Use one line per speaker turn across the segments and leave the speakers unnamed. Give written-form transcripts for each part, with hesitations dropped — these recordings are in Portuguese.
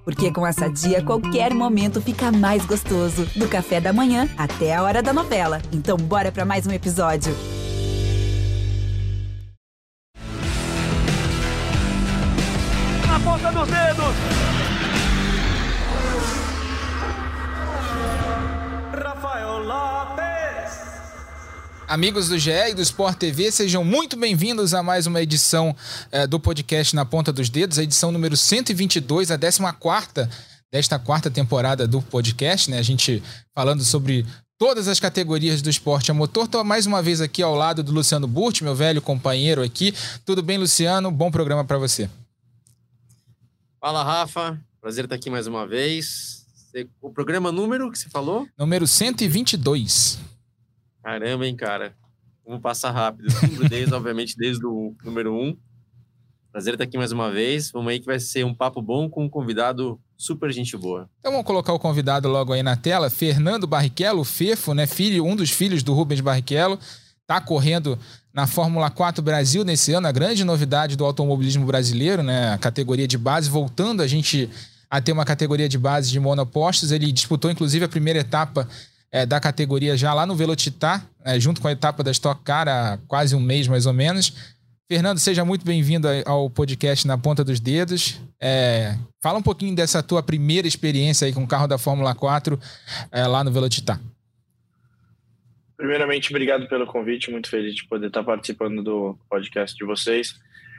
Porque com a Sadia, qualquer momento fica mais gostoso. Do café da manhã até a hora da novela. Então bora pra mais um episódio.
Na ponta dos dedos! Rafael Lopes!
Amigos do GE e do Sport TV, sejam muito bem-vindos a mais uma edição do podcast Na Ponta dos Dedos, a edição número 122, a 14ª desta quarta temporada do podcast, né? A gente falando sobre todas as categorias do esporte a motor. Estou mais uma vez aqui ao lado do Luciano Burti, meu velho companheiro aqui. Tudo bem, Luciano? Bom programa para você.
Fala, Rafa. Prazer estar aqui mais uma vez. O programa número que você falou?
Número 122.
Caramba, hein, cara. Vamos passar rápido. Obviamente, desde o número 1. Prazer estar aqui mais uma vez. Vamos aí que vai ser um papo bom com um convidado super gente boa.
Então vamos colocar o convidado logo aí na tela. Fernando Barrichello, o Fefo, né? Um dos filhos do Rubens Barrichello. Está correndo na Fórmula 4 Brasil nesse ano. A grande novidade do automobilismo brasileiro, né? A categoria de base, voltando a gente a ter uma categoria de base de monopostos. Ele disputou, inclusive, a primeira etapa da categoria já lá no Velocitar, junto com a etapa da Stock Car, há quase um mês mais ou menos. Fernando, seja muito bem-vindo ao podcast Na Ponta dos Dedos. Fala um pouquinho dessa tua primeira experiência aí com o carro da Fórmula 4 lá no Velocitar.
Primeiramente, obrigado pelo convite, muito feliz de poder estar participando do podcast de vocês.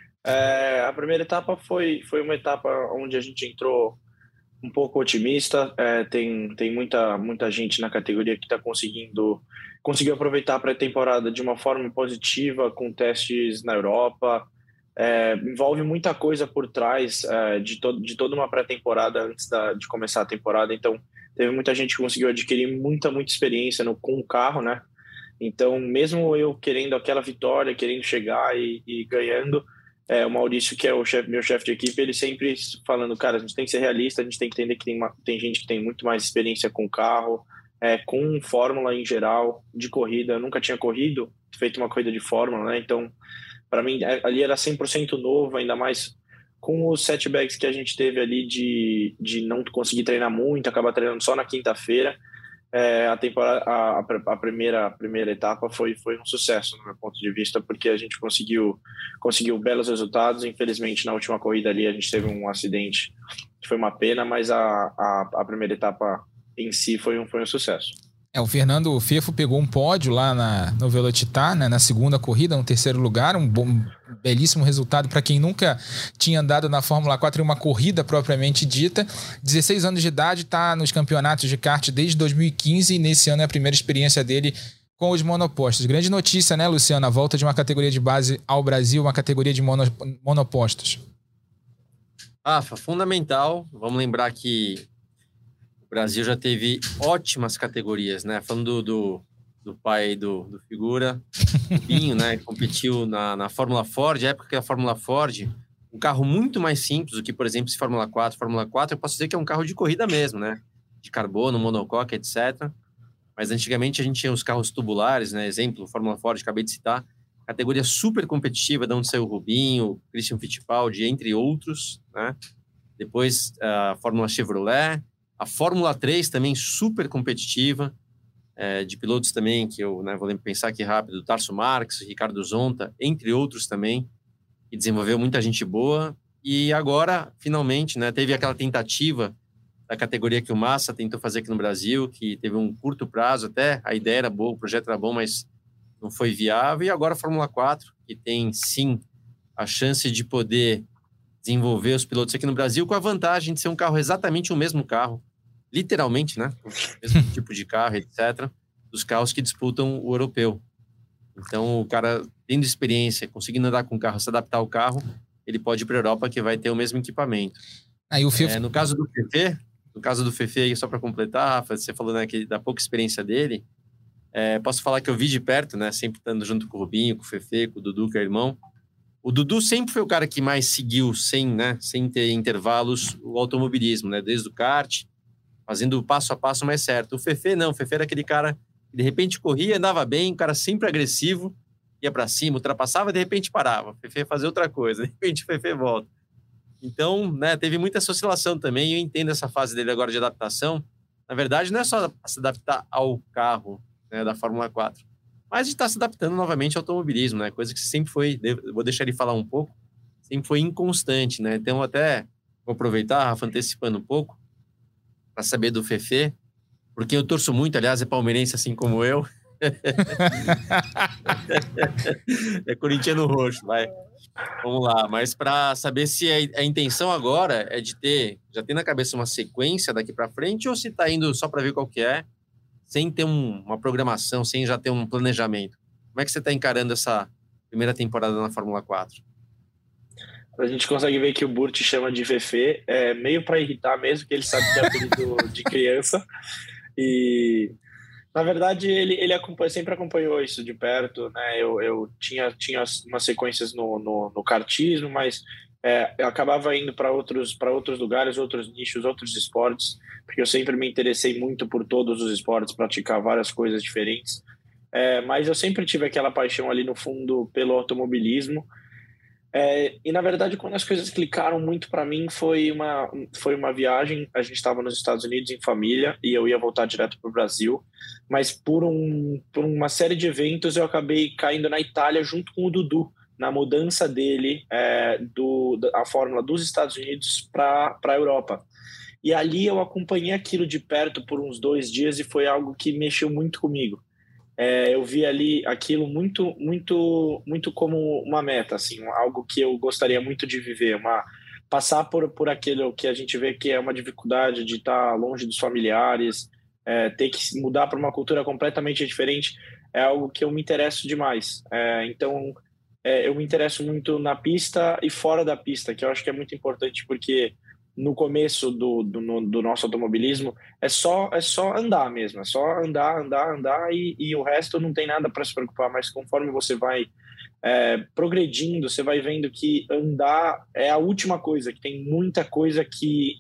A primeira etapa foi uma etapa onde a gente entrou um pouco otimista. Tem muita gente na categoria que está conseguiu aproveitar a pré-temporada de uma forma positiva, com testes na Europa. Envolve muita coisa por trás de toda uma pré-temporada antes de começar a temporada. Então, teve muita gente que conseguiu adquirir muita experiência com o carro, né? Então, mesmo eu querendo aquela vitória, querendo chegar e ganhando, o Maurício, que é meu chefe de equipe, ele sempre falando, cara, a gente tem que ser realista, a gente tem que entender que tem gente que tem muito mais experiência com o carro, com Fórmula em geral, de corrida. Eu nunca tinha feito uma corrida de Fórmula, né? Então, para mim, ali era 100% novo, ainda mais com os setbacks que a gente teve ali de não conseguir treinar muito, acabar treinando só na quinta-feira. A primeira etapa foi um sucesso, no meu ponto de vista, porque a gente conseguiu belos resultados. Infelizmente, na última corrida ali, a gente teve um acidente que foi uma pena, mas a primeira etapa em si foi um sucesso.
O Fernando Fefo pegou um pódio lá no Velocitar, né, na segunda corrida, no terceiro lugar, um belíssimo resultado para quem nunca tinha andado na Fórmula 4 em uma corrida propriamente dita. 16 anos de idade, está nos campeonatos de kart desde 2015 e nesse ano é a primeira experiência dele com os monopostos. Grande notícia, né, Luciano? A volta de uma categoria de base ao Brasil, uma categoria de monopostos.
Fundamental. Vamos lembrar que o Brasil já teve ótimas categorias, né? Falando do pai do figura, o Binho, né? Ele competiu na Fórmula Ford, a época que a Fórmula Ford, um carro muito mais simples do que, por exemplo, esse Fórmula 4. Fórmula 4, eu posso dizer que é um carro de corrida mesmo, né? De carbono, monocoque, etc. Mas antigamente a gente tinha os carros tubulares, né? Exemplo, Fórmula Ford, acabei de citar. Categoria super competitiva, de onde saiu o Rubinho, Christian Fittipaldi, entre outros, né? Depois a Fórmula Chevrolet. A Fórmula 3 também super competitiva, de pilotos também, que eu vou pensar aqui rápido, Tarso Marques, Ricardo Zonta, entre outros também, que desenvolveu muita gente boa. E agora, finalmente, né, teve aquela tentativa da categoria que o Massa tentou fazer aqui no Brasil, que teve um curto prazo até, a ideia era boa, o projeto era bom, mas não foi viável. E agora a Fórmula 4, que tem, sim, a chance de poder desenvolver os pilotos aqui no Brasil, com a vantagem de ser um carro exatamente o mesmo carro, literalmente, né? O mesmo tipo de carro, etc., dos carros que disputam o europeu. Então, o cara, tendo experiência, conseguindo andar com o carro, se adaptar ao carro, ele pode ir para a Europa, que vai ter o mesmo equipamento.
Aí o Fefo...
No caso do Fefe, só para completar, Rafa, você falou, né, que da pouca experiência dele, posso falar que eu vi de perto, né, sempre estando junto com o Rubinho, com o Fefe, com o Dudu, que é irmão. O Dudu sempre foi o cara que mais seguiu, sem ter intervalos, o automobilismo, né, desde o kart, fazendo passo a passo mais certo. O Fefe não, o Fefe era aquele cara que de repente corria, andava bem, um cara sempre agressivo, ia para cima, ultrapassava, de repente parava. O Fefe ia fazer outra coisa, de repente o Fefe volta. Então, né, teve muita essa oscilação também, e eu entendo essa fase dele agora de adaptação. Na verdade, não é só se adaptar ao carro, né, da Fórmula 4, mas de estar se adaptando novamente ao automobilismo, né? Coisa que sempre foi, vou deixar ele falar um pouco, sempre foi inconstante, né? Então, até vou aproveitar, Rafa, antecipando um pouco, para saber do Fefê, porque eu torço muito, aliás, é palmeirense assim como eu. É corintiano roxo, vai. Vamos lá, mas para saber se a intenção agora é de já ter na cabeça uma sequência daqui para frente ou se tá indo só para ver qual que é, sem ter uma programação, sem já ter um planejamento. Como é que você tá encarando essa primeira temporada na Fórmula 4?
A gente consegue ver que o Burt chama de Fefe, meio para irritar mesmo, que ele sabe que é apelido de criança. E, na verdade, ele sempre acompanhou isso de perto, né? Eu tinha umas sequências no kartismo, mas eu acabava indo para outros lugares, outros nichos, outros esportes, porque eu sempre me interessei muito por todos os esportes, praticar várias coisas diferentes. Mas eu sempre tive aquela paixão ali no fundo pelo automobilismo. E na verdade, quando as coisas clicaram muito para mim, foi uma viagem. A gente estava nos Estados Unidos em família e eu ia voltar direto para o Brasil, mas por uma série de eventos eu acabei caindo na Itália junto com o Dudu, na mudança dele da Fórmula dos Estados Unidos para a Europa. E ali eu acompanhei aquilo de perto por uns 2 dias e foi algo que mexeu muito comigo. Eu vi ali aquilo muito, muito, muito como uma meta, assim, algo que eu gostaria muito de viver, passar por aquilo que a gente vê que é uma dificuldade de estar longe dos familiares, ter que mudar para uma cultura completamente diferente, é algo que eu me interesso demais. Então, eu me interesso muito na pista e fora da pista, que eu acho que é muito importante, porque no começo do nosso automobilismo é só andar mesmo, é só andar e o resto não tem nada para se preocupar, mas conforme você vai progredindo, você vai vendo que andar é a última coisa, que tem muita coisa que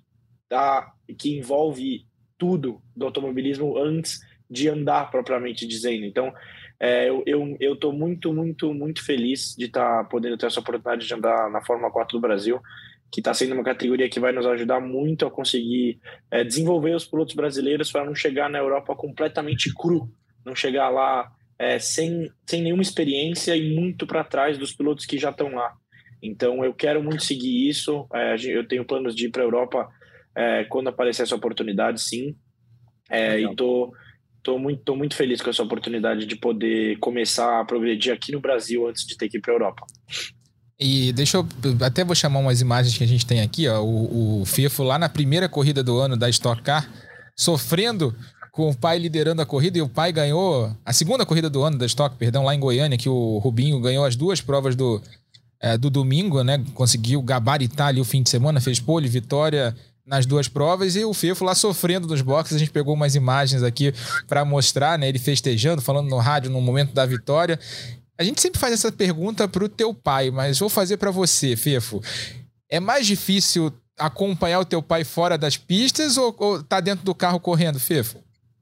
envolve tudo do automobilismo antes de andar propriamente dizendo. Então, eu estou muito, muito, muito feliz de estar podendo ter essa oportunidade de andar na Fórmula 4 do Brasil, que está sendo uma categoria que vai nos ajudar muito a conseguir desenvolver os pilotos brasileiros para não chegar na Europa completamente cru, não chegar lá sem nenhuma experiência e muito para trás dos pilotos que já estão lá. Então eu quero muito seguir isso, eu tenho planos de ir para a Europa quando aparecer essa oportunidade, sim, e estou muito feliz com essa oportunidade de poder começar a progredir aqui no Brasil antes de ter que ir para a Europa.
E até vou chamar umas imagens que a gente tem aqui, ó, o Fefo lá na primeira corrida do ano da Stock Car, sofrendo com o pai liderando a corrida, e o pai ganhou a segunda corrida do ano da Stock, lá em Goiânia, que o Rubinho ganhou as 2 provas do domingo, né? Conseguiu gabaritar ali o fim de semana, fez pole, vitória nas 2 provas, e o Fefo lá sofrendo nos boxes. A gente pegou umas imagens aqui para mostrar, né? Ele festejando, falando no rádio no momento da vitória. A gente sempre faz essa pergunta pro teu pai, mas vou fazer para você, Fefo. É mais difícil acompanhar o teu pai fora das pistas ou tá dentro do carro correndo, Fefo?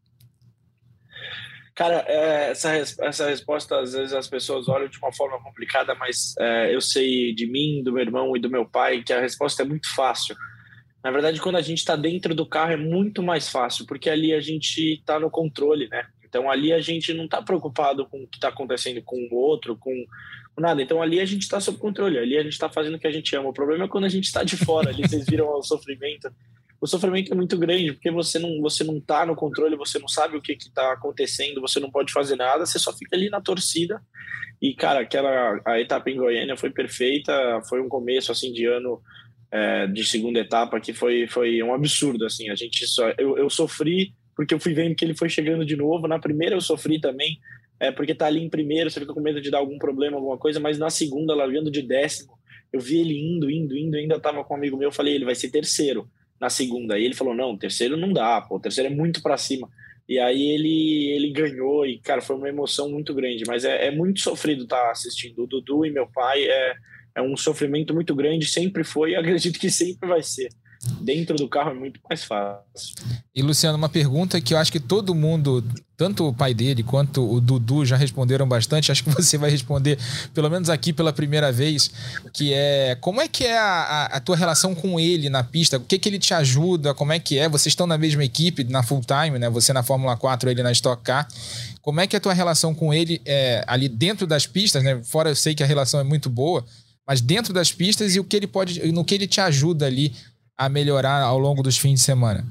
Cara, essa resposta, às vezes as pessoas olham de uma forma complicada, mas eu sei de mim, do meu irmão e do meu pai que a resposta é muito fácil. Na verdade, quando a gente está dentro do carro é muito mais fácil, porque ali a gente está no controle, né? Então ali a gente não está preocupado com o que está acontecendo com o outro, com nada. Então ali a gente está sob controle, ali a gente está fazendo o que a gente ama. O problema é quando a gente está de fora, ali vocês viram o sofrimento. O sofrimento é muito grande, porque você não está no controle, você não sabe o que está acontecendo, você não pode fazer nada, você só fica ali na torcida. E, cara, a etapa em Goiânia foi perfeita, foi um começo assim, de ano de segunda etapa que foi um absurdo. Assim, eu sofri porque eu fui vendo que ele foi chegando de novo. Na primeira eu sofri também, porque tá ali em primeiro, você fica com medo de dar algum problema, alguma coisa, mas na segunda, largando de 10º, eu vi ele indo, ainda tava com um amigo meu, eu falei, ele vai ser terceiro na segunda, e ele falou, não, terceiro não dá, pô, terceiro é muito pra cima, e aí ele ganhou, e cara, foi uma emoção muito grande, mas é muito sofrido estar assistindo. O Dudu e meu pai é um sofrimento muito grande, sempre foi, e acredito que sempre vai ser. Dentro do carro é muito mais fácil.
E, Luciano, uma pergunta que eu acho que todo mundo, tanto o pai dele quanto o Dudu já responderam bastante, acho que você vai responder, pelo menos aqui pela primeira vez, que é, como é que é a tua relação com ele na pista? O que ele te ajuda? Como é que é? Vocês estão na mesma equipe, na full time, né? Você na Fórmula 4, ele na Stock Car. Como é que é a tua relação com ele ali dentro das pistas, né? Fora eu sei que a relação é muito boa, mas dentro das pistas e no que ele te ajuda ali a melhorar ao longo dos fins de semana?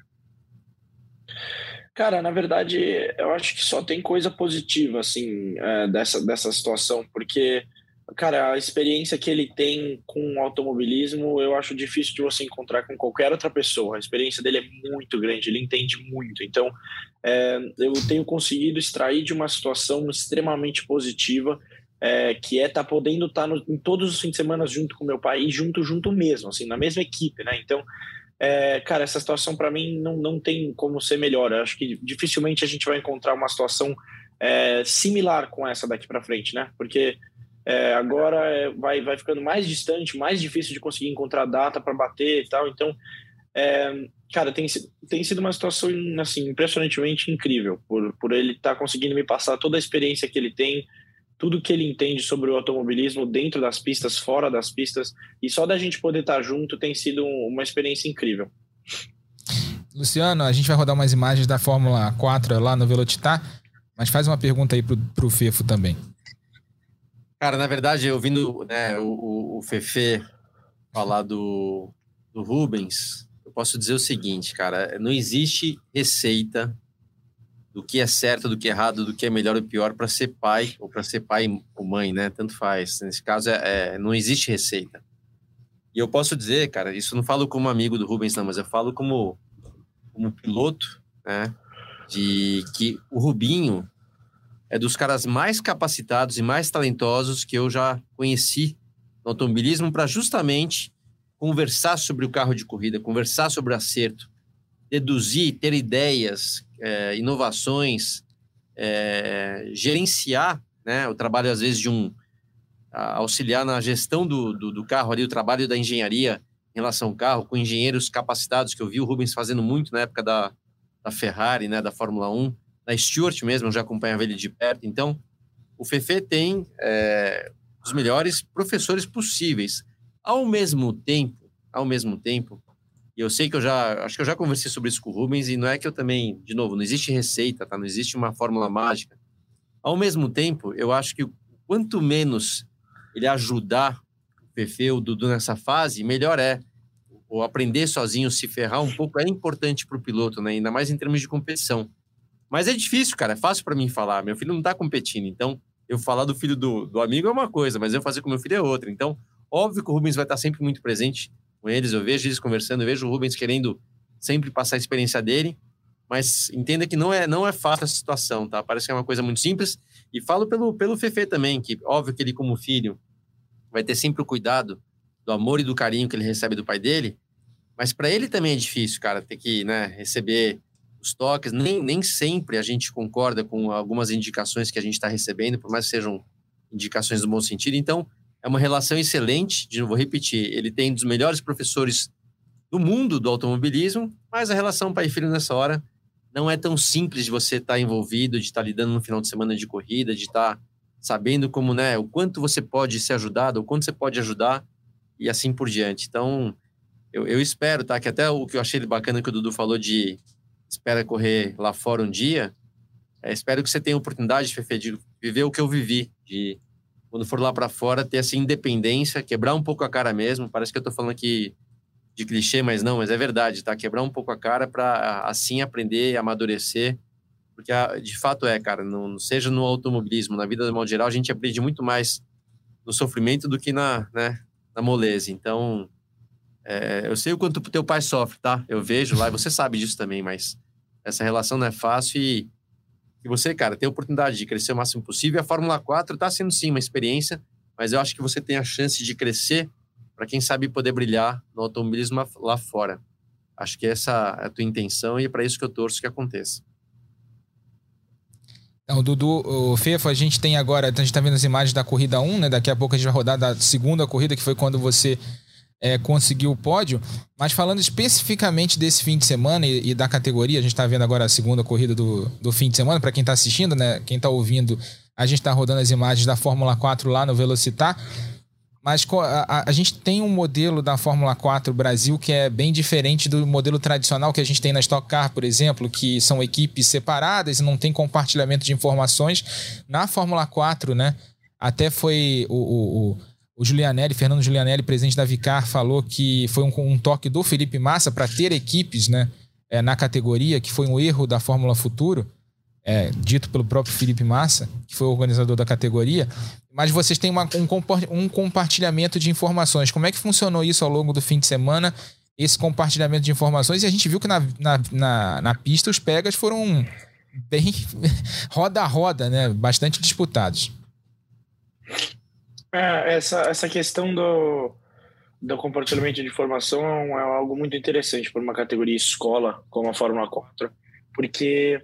Cara, na verdade, eu acho que só tem coisa positiva, assim, dessa situação, porque, cara, a experiência que ele tem com o automobilismo, eu acho difícil de você encontrar com qualquer outra pessoa. A experiência dele é muito grande, ele entende muito. Então, eu tenho conseguido extrair de uma situação extremamente positiva, que é podendo estar em todos os fins de semana junto com meu pai e junto mesmo, assim, na mesma equipe, né? Então, cara, essa situação para mim não tem como ser melhor. Eu acho que dificilmente a gente vai encontrar uma situação similar com essa daqui para frente, né? Porque agora vai ficando mais distante, mais difícil de conseguir encontrar data para bater e tal. Então, cara, tem sido uma situação assim, impressionantemente incrível por ele estar conseguindo me passar toda a experiência que ele tem, tudo que ele entende sobre o automobilismo dentro das pistas, fora das pistas, e só da gente poder estar junto tem sido uma experiência incrível.
Luciano, a gente vai rodar umas imagens da Fórmula 4 lá no Velocitar, mas faz uma pergunta aí pro Fefo também.
Cara, na verdade, ouvindo, né, o Fefe falar do Rubens, eu posso dizer o seguinte, cara, não existe receita do que é certo, do que é errado, do que é melhor ou pior para ser pai, ou para ser pai ou mãe, né? Tanto faz. Nesse caso, não existe receita. E eu posso dizer, cara, isso não falo como amigo do Rubens, não, mas eu falo como piloto, né? De que o Rubinho é dos caras mais capacitados e mais talentosos que eu já conheci no automobilismo para justamente conversar sobre o carro de corrida, conversar sobre o acerto, deduzir, ter ideias, inovações, gerenciar, né, o trabalho, às vezes, auxiliar na gestão do carro ali, o trabalho da engenharia em relação ao carro, com engenheiros capacitados, que eu vi o Rubens fazendo muito na época da Ferrari, né, da Fórmula 1, da Stewart mesmo, eu já acompanhava ele de perto. Então, o Fefe tem os melhores professores possíveis. Ao mesmo tempo, e eu sei que acho que eu já conversei sobre isso com o Rubens, e não é que eu também, de novo, não existe receita, tá? Não existe uma fórmula mágica. Ao mesmo tempo, eu acho que quanto menos ele ajudar o Fefe, o Dudu nessa fase, melhor é. Ou aprender sozinho, se ferrar um pouco, é importante para o piloto, né? Ainda mais em termos de competição. Mas é difícil, cara, é fácil para mim falar. Meu filho não tá competindo, então eu falar do filho do amigo é uma coisa, mas eu fazer com meu filho é outra. Então, óbvio que o Rubens vai estar sempre muito presente com eles, eu vejo eles conversando, eu vejo o Rubens querendo sempre passar a experiência dele, mas entenda que não é fácil a situação, tá? Parece que é uma coisa muito simples, e falo pelo Fefe também, que óbvio que ele como filho vai ter sempre o cuidado do amor e do carinho que ele recebe do pai dele, mas para ele também é difícil, cara, ter que, né, receber os toques, nem sempre a gente concorda com algumas indicações que a gente está recebendo, por mais que sejam indicações no bom sentido. Então, é uma relação excelente, de novo, vou repetir, ele tem um dos melhores professores do mundo do automobilismo, mas a relação pai e filho nessa hora não é tão simples de você estar envolvido, de estar lidando no final de semana de corrida, de estar sabendo como, né, o quanto você pode ser ajudado, o quanto você pode ajudar e assim por diante. Então, eu espero, tá, que até o que eu achei bacana que o Dudu falou de espera correr lá fora um dia, espero que você tenha a oportunidade, Fefe, de viver o que eu vivi, de quando for lá para fora, ter essa independência, quebrar um pouco a cara mesmo. Parece que eu tô falando aqui de clichê, mas é verdade, tá? Quebrar um pouco a cara para assim aprender, amadurecer, porque de fato cara, não seja no automobilismo, na vida de modo geral, a gente aprende muito mais no sofrimento do que na moleza. Então, eu sei o quanto teu pai sofre, tá? Eu vejo lá, e você sabe disso também, mas essa relação não é fácil e você, cara, tem a oportunidade de crescer o máximo possível. E a Fórmula 4 tá sendo, sim, uma experiência, mas eu acho que você tem a chance de crescer para quem sabe poder brilhar no automobilismo lá fora. Acho que essa é a tua intenção e é para isso que eu torço que aconteça.
Então, Dudu, o Fefo, a gente tem agora, a gente tá vendo as imagens da corrida 1, né? Daqui a pouco a gente vai rodar da segunda corrida, que foi quando você conseguiu o pódio. Mas falando especificamente desse fim de semana e da categoria, a gente está vendo agora a segunda corrida do fim de semana. Para quem está assistindo, né? Quem está ouvindo, a gente está rodando as imagens da Fórmula 4 lá no Velocitar. Mas a gente tem um modelo da Fórmula 4 Brasil que é bem diferente do modelo tradicional que a gente tem na Stock Car, por exemplo, que são equipes separadas e não tem compartilhamento de informações. Na Fórmula 4, né? Até foi o Giulianelli, Fernando Giulianelli, presidente da Vicar, falou que foi um toque do Felipe Massa para ter equipes, né, na categoria, que foi um erro da Fórmula Futuro, dito pelo próprio Felipe Massa, que foi o organizador da categoria. Mas vocês têm um compartilhamento de informações. Como é que funcionou isso ao longo do fim de semana, esse compartilhamento de informações? E a gente viu que na pista os pegas foram bem roda a roda, né? Bastante disputados.
Essa questão do compartilhamento de informação é algo muito interessante para uma categoria escola como a Fórmula 4, porque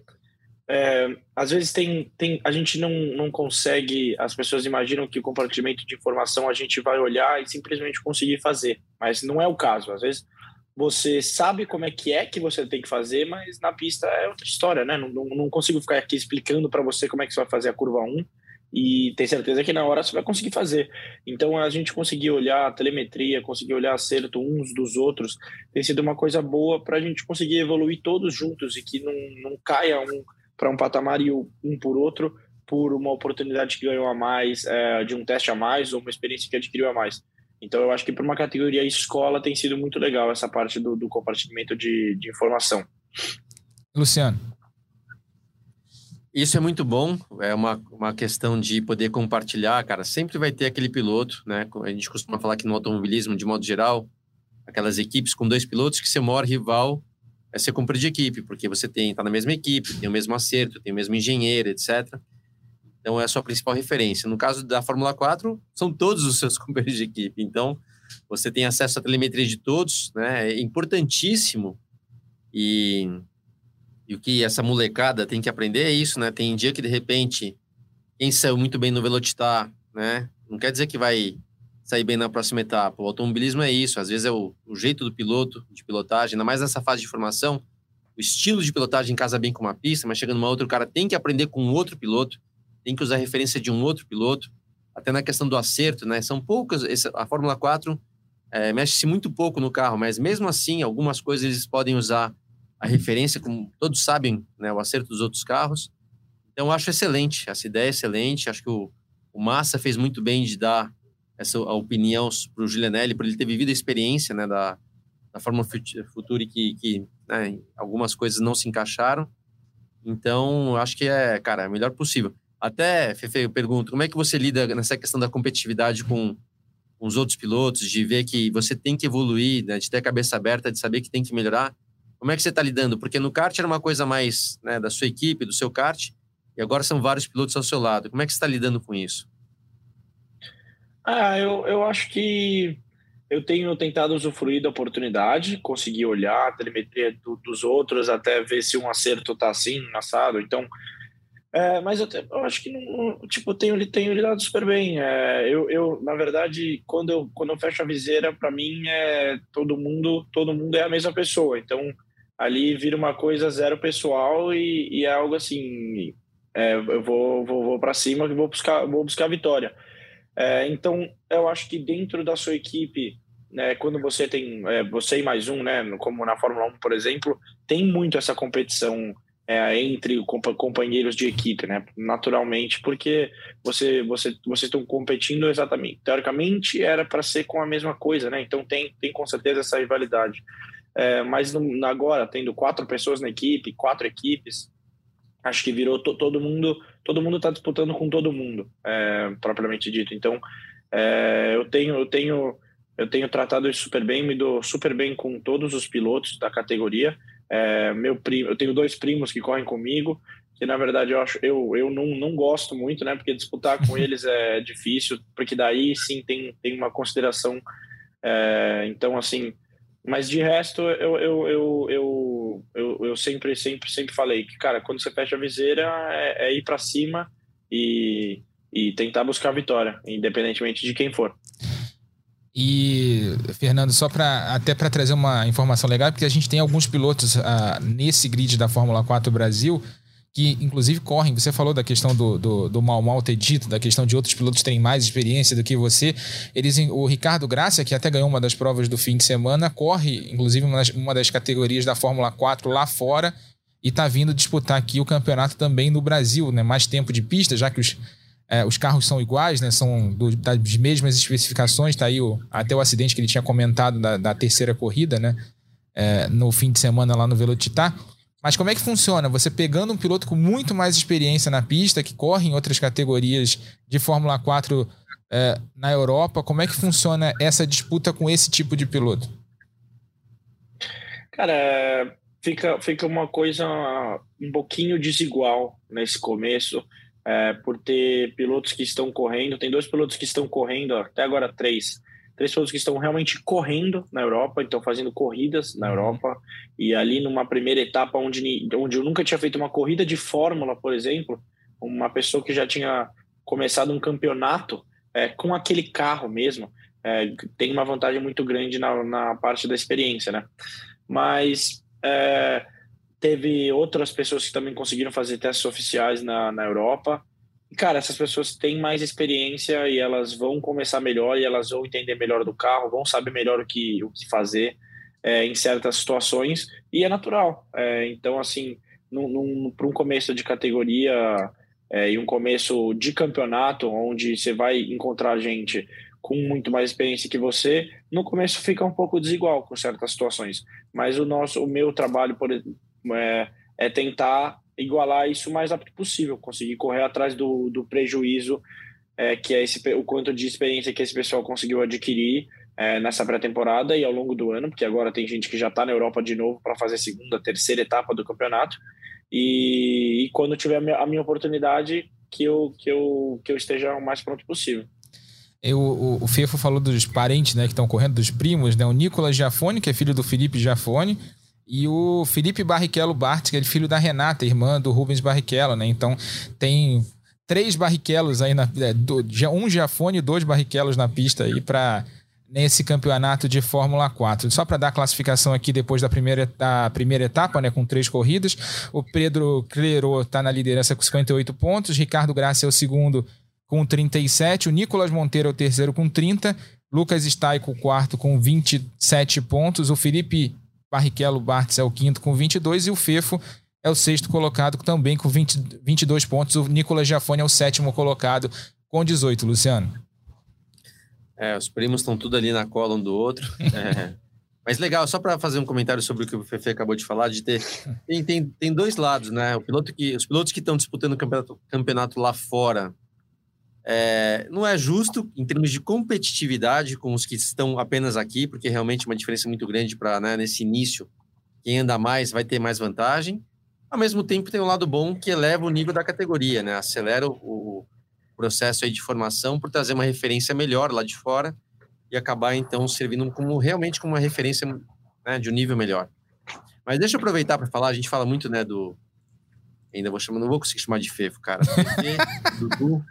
às vezes a gente não consegue, as pessoas imaginam que o compartilhamento de informação a gente vai olhar e simplesmente conseguir fazer, mas não é o caso. Às vezes você sabe como é que você tem que fazer, mas na pista é outra história, né? Não consigo ficar aqui explicando para você como é que você vai fazer a curva 1 e ter certeza que na hora você vai conseguir fazer. Então a gente conseguir olhar a telemetria, conseguir olhar acerto uns dos outros, tem sido uma coisa boa para a gente conseguir evoluir todos juntos e que não caia um para um patamar e um por outro, por uma oportunidade que ganhou a mais, de um teste a mais ou uma experiência que adquiriu a mais. Então eu acho que para uma categoria escola tem sido muito legal essa parte do compartilhamento de informação.
Luciano.
Isso é muito bom, é uma questão de poder compartilhar, cara. Sempre vai ter aquele piloto, né? A gente costuma falar que no automobilismo, de modo geral, aquelas equipes com 2 pilotos que seu maior rival é ser companheiro de equipe, porque você tá na mesma equipe, tem o mesmo acerto, tem o mesmo engenheiro, etc. Então é a sua principal referência. No caso da Fórmula 4, são todos os seus companheiros de equipe. Então você tem acesso à telemetria de todos, né? É importantíssimo. E o que essa molecada tem que aprender é isso, né? Tem dia que, de repente, quem saiu muito bem no Velocitar, né? Não quer dizer que vai sair bem na próxima etapa. O automobilismo é isso. Às vezes é o jeito do piloto, de pilotagem, ainda mais nessa fase de formação. O estilo de pilotagem casa bem com uma pista, mas chegando uma outra, o cara tem que aprender com um outro piloto, tem que usar referência de um outro piloto. Até na questão do acerto, né? São poucas... A Fórmula 4 mexe-se muito pouco no carro, mas mesmo assim, algumas coisas eles podem usar a referência, como todos sabem, né, o acerto dos outros carros. Então, eu acho excelente, essa ideia é excelente. Acho que o Massa fez muito bem de dar a opinião para o Giulianelli, por ele ter vivido a experiência, né, da Fórmula Futuri, que né, algumas coisas não se encaixaram. Então, eu acho que cara, é o melhor possível. Até, Fefe, eu pergunto, como é que você lida nessa questão da competitividade com os outros pilotos, de ver que você tem que evoluir, né, de ter a cabeça aberta, de saber que tem que melhorar? Como é que você está lidando? Porque no kart era uma coisa mais, né, da sua equipe, do seu kart, e agora são vários pilotos ao seu lado. Como é que você está lidando com isso?
Eu acho que eu tenho tentado usufruir da oportunidade, conseguir olhar a telemetria dos outros, até ver se um acerto está assim, assado. Então, mas eu acho que tenho lidado super bem. Eu na verdade, quando eu fecho a viseira, para mim todo mundo é a mesma pessoa. Então, ali vira uma coisa zero pessoal e é algo assim, eu vou para cima e vou buscar a vitória. Então, eu acho que dentro da sua equipe, né, quando você tem você e mais um, né, como na Fórmula 1, por exemplo, tem muito essa competição entre companheiros de equipe, né, naturalmente, porque vocês estão competindo exatamente, teoricamente era para ser com a mesma coisa, né, então tem com certeza essa rivalidade, mas agora, tendo 4 pessoas na equipe, 4 equipes, acho que virou todo mundo está disputando com todo mundo, propriamente dito. Então, eu tenho tratado isso super bem, me dou super bem com todos os pilotos da categoria. Eu tenho 2 primos que correm comigo, que na verdade eu não gosto muito, né? Porque disputar com eles é difícil, porque daí sim tem uma consideração. Então, assim, mas de resto eu sempre falei que, cara, quando você fecha a viseira é ir para cima e tentar buscar a vitória, independentemente de quem for.
E, Fernando, só até para trazer uma informação legal, porque a gente tem alguns pilotos nesse grid da Fórmula 4 Brasil que, inclusive, correm. Você falou da questão do Mal ter dito, da questão de outros pilotos terem mais experiência do que você. O Ricardo Gracia, que até ganhou uma das provas do fim de semana, corre, inclusive, uma das categorias da Fórmula 4 lá fora e está vindo disputar aqui o campeonato também no Brasil, né? Mais tempo de pista, já que os carros são iguais, né? São das mesmas especificações. Tá aí até o acidente que ele tinha comentado da terceira corrida, né? No fim de semana lá no Velocitar. Mas como é que funciona? Você pegando um piloto com muito mais experiência na pista, que corre em outras categorias de Fórmula 4 na Europa, como é que funciona essa disputa com esse tipo de piloto?
Cara, fica uma coisa um pouquinho desigual nesse começo, por ter pilotos que estão correndo. Tem 2 pilotos que estão correndo, até agora 3 pilotos que estão realmente correndo na Europa, então fazendo corridas na Europa, e ali numa primeira etapa onde eu nunca tinha feito uma corrida de Fórmula, por exemplo, uma pessoa que já tinha começado um campeonato com aquele carro mesmo, tem uma vantagem muito grande na parte da experiência, né? Mas teve outras pessoas que também conseguiram fazer testes oficiais na Europa. E, cara, essas pessoas têm mais experiência e elas vão começar melhor e elas vão entender melhor do carro, vão saber melhor o que fazer em certas situações, e é natural. Então, assim, para um começo de categoria e um começo de campeonato, onde você vai encontrar gente com muito mais experiência que você, no começo fica um pouco desigual com certas situações. Mas o meu trabalho é tentar igualar isso o mais rápido possível, conseguir correr atrás do prejuízo que é o quanto de experiência que esse pessoal conseguiu adquirir nessa pré-temporada e ao longo do ano, porque agora tem gente que já está na Europa de novo para fazer a segunda, terceira etapa do campeonato, e quando tiver a minha oportunidade, que eu esteja o mais pronto possível.
O Fefo falou dos parentes, né, que estão correndo, dos primos, né? O Nicolas Giafone, que é filho do Felipe Giafone, e o Felipe Barrichello Bart, que é filho da Renata, irmã do Rubens Barrichello, né? Então tem 3 Barrichellos aí, um Giafone e 2 Barrichellos na pista aí nesse campeonato de Fórmula 4. Só para dar a classificação aqui depois da primeira etapa, né, com 3 corridas, o Pedro Clerot está na liderança com 58 pontos, Ricardo Gracia é o segundo com 37, o Nicolas Monteiro é o terceiro com 30, Lucas Staico o quarto com 27 pontos, o Felipe Barrichello Bartz é o quinto com 22 e o Fefo é o sexto colocado também com 22 pontos. O Nicolas Giafone é o sétimo colocado com 18, Luciano.
Os primos estão tudo ali na cola um do outro. Mas legal, só para fazer um comentário sobre o que o Fefe acabou de falar, tem 2 lados, né? Os pilotos que estão disputando o campeonato lá fora, não é justo em termos de competitividade com os que estão apenas aqui, porque realmente é uma diferença muito grande para, né, nesse início, quem anda mais vai ter mais vantagem. Ao mesmo tempo tem um lado bom que eleva o nível da categoria, né? Acelera o processo aí de formação por trazer uma referência melhor lá de fora e acabar então servindo realmente como uma referência, né, de um nível melhor. Mas deixa eu aproveitar para falar, a gente fala muito, né, ainda não vou conseguir chamar de Fefo, cara. Fefe, Dudu.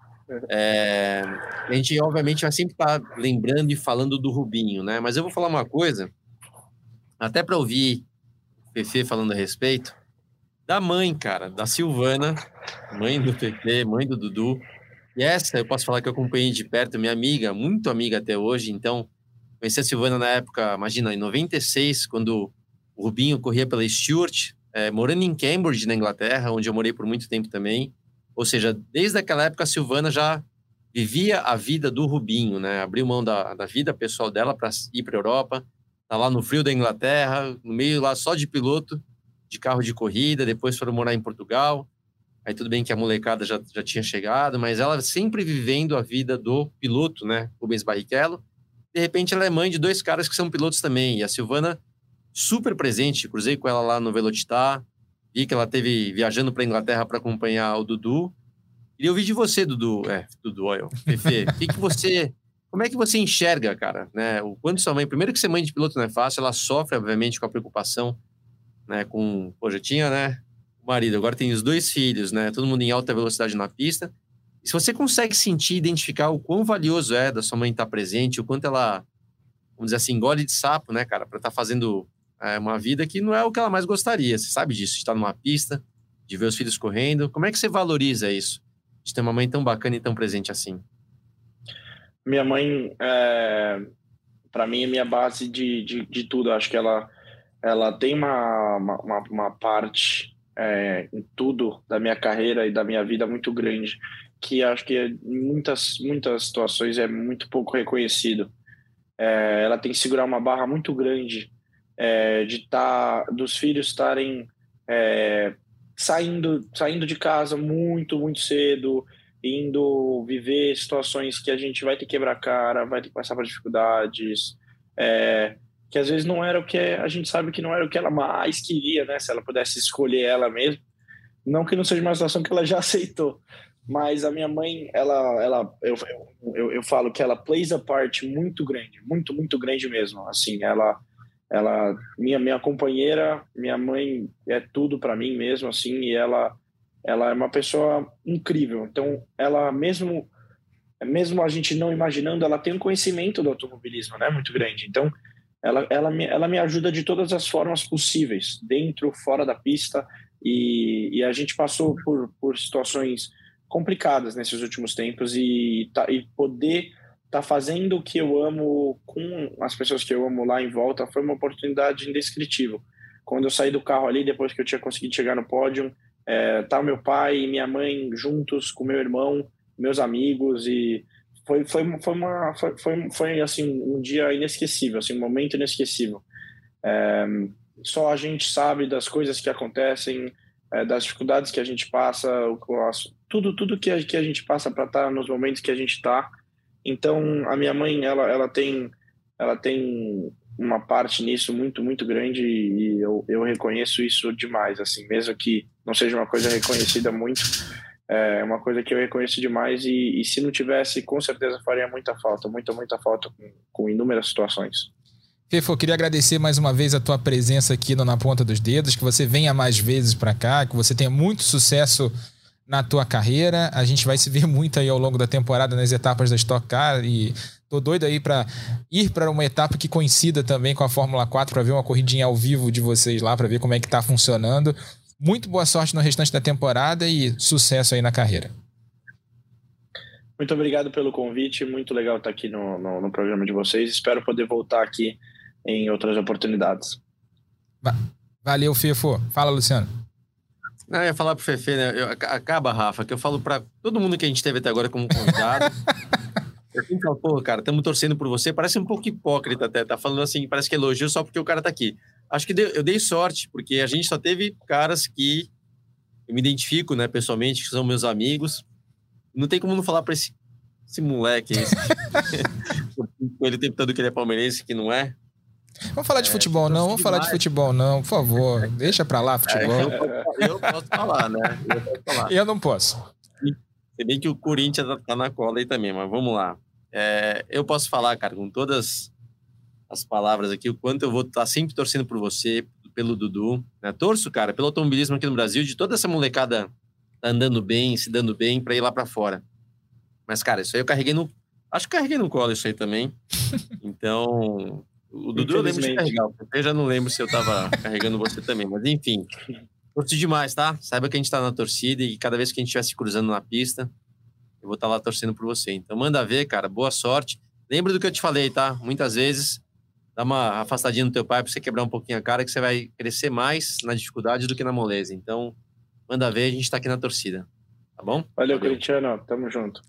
A gente obviamente vai sempre estar lembrando e falando do Rubinho, né? Mas eu vou falar uma coisa, até para ouvir o Fefe falando a respeito da mãe, cara, da Silvana, mãe do Fefe, mãe do Dudu. E essa eu posso falar que eu acompanhei de perto, minha amiga, muito amiga até hoje. Então, conheci a Silvana na época, imagina, em 96, quando o Rubinho corria pela Stewart, morando em Cambridge, na Inglaterra, onde eu morei por muito tempo também. Ou seja, desde aquela época a Silvana já vivia a vida do Rubinho, né? Abriu mão da vida pessoal dela para ir para a Europa, tá lá no frio da Inglaterra, no meio lá só de piloto, de carro de corrida, depois foram morar em Portugal. Aí tudo bem que a molecada já tinha chegado, mas ela sempre vivendo a vida do piloto, né? Rubens Barrichello. De repente ela é mãe de 2 caras que são pilotos também, e a Silvana super presente, cruzei com ela lá no Velocitar, vi que ela esteve viajando para a Inglaterra para acompanhar o Dudu. Queria ouvir de você, Dudu. Dudu, olha, Fefe, como é que você enxerga, cara, né? O quanto sua mãe, primeiro que ser mãe de piloto não é fácil, ela sofre, obviamente, com a preocupação, né? Já tinha, né? O marido, agora tem os 2 filhos, né? Todo mundo em alta velocidade na pista. E se você consegue sentir, identificar o quão valioso é da sua mãe estar presente, o quanto ela, vamos dizer assim, engole de sapo, né, cara, para estar fazendo uma vida que não é o que ela mais gostaria. Você sabe disso, de estar numa pista, de ver os filhos correndo. Como é que você valoriza isso? De ter uma mãe tão bacana e tão presente assim?
Minha mãe, para mim, é minha base de tudo. Acho que ela tem uma parte em tudo da minha carreira e da minha vida muito grande, que acho que em muitas situações é muito pouco reconhecido. Ela tem que segurar uma barra muito grande dos filhos estarem saindo de casa muito, muito cedo, indo viver situações que a gente vai ter que quebrar a cara, vai ter que passar por dificuldades, que às vezes não era o que a gente sabe que não era o que ela mais queria, né? Se ela pudesse escolher ela mesma, não que não seja uma situação que ela já aceitou, mas a minha mãe, eu falo que ela plays a part muito grande, muito, muito grande mesmo. Assim, minha companheira, minha mãe é tudo para mim mesmo, assim, e ela é uma pessoa incrível. Então, ela mesmo a gente não imaginando, ela tem um conhecimento do automobilismo, né, muito grande. Então, ela me ajuda de todas as formas possíveis, dentro, fora da pista, e a gente passou por situações complicadas nesses últimos tempos, e poder estar fazendo o que eu amo com as pessoas que eu amo lá em volta foi uma oportunidade indescritível. Quando eu saí do carro ali, depois que eu tinha conseguido chegar no pódio, tá meu pai e minha mãe juntos com meu irmão, meus amigos, e foi assim um dia inesquecível, assim, um momento inesquecível. Só a gente sabe das coisas que acontecem, das dificuldades que a gente passa, tudo que a gente passa para estar nos momentos que a gente está. Então, a minha mãe, ela tem uma parte nisso muito, muito grande, e eu reconheço isso demais, assim, mesmo que não seja uma coisa reconhecida muito, é uma coisa que eu reconheço demais, e se não tivesse, com certeza faria muita falta com inúmeras situações.
Fefo, eu queria agradecer mais uma vez a tua presença aqui no Na Ponta dos Dedos, que você venha mais vezes para cá, que você tenha muito sucesso na tua carreira. A gente vai se ver muito aí ao longo da temporada nas etapas da Stock Car, e tô doido aí para ir para uma etapa que coincida também com a Fórmula 4 para ver uma corridinha ao vivo de vocês lá, para ver como é que tá funcionando. Muito boa sorte no restante da temporada e sucesso aí na carreira.
Muito obrigado pelo convite, muito legal estar aqui no programa de vocês. Espero poder voltar aqui em outras oportunidades.
Valeu, Fefo. Fala, Luciano.
Não, eu ia falar pro Fefe, né? Acaba, Rafa, que eu falo pra todo mundo que a gente teve até agora como convidado. Eu sempre falo, pô, cara, estamos torcendo por você. Parece um pouco hipócrita até, tá falando assim, parece que é elogio só porque o cara tá aqui. Acho que eu dei sorte, porque a gente só teve caras que eu me identifico, né, pessoalmente, que são meus amigos. Não tem como não falar pra esse moleque, ele o tempo todo que ele é palmeirense, que não é.
Vamos falar de futebol, não. Vamos falar de futebol, não, por favor. Deixa pra lá, futebol.
Eu posso falar, né?
Eu não posso.
Se bem que o Corinthians tá na cola aí também, mas vamos lá. Eu posso falar, cara, com todas as palavras aqui, o quanto eu vou estar sempre torcendo por você, pelo Dudu, né? Torço, cara, pelo automobilismo aqui no Brasil, de toda essa molecada tá andando bem, se dando bem pra ir lá pra fora. Mas, cara, isso aí eu carreguei acho que carreguei no colo isso aí também. Então, o Dudu eu lembro de carregar. Eu já não lembro se eu tava carregando você também, mas enfim. Torço demais, tá? Saiba que a gente tá na torcida e cada vez que a gente estiver se cruzando na pista, eu vou estar lá torcendo por você. Então, manda ver, cara. Boa sorte. Lembra do que eu te falei, tá? Muitas vezes, dá uma afastadinha no teu pai pra você quebrar um pouquinho a cara, que você vai crescer mais na dificuldade do que na moleza. Então, manda ver, a gente tá aqui na torcida. Tá bom?
Valeu, Cristiano. Tamo junto.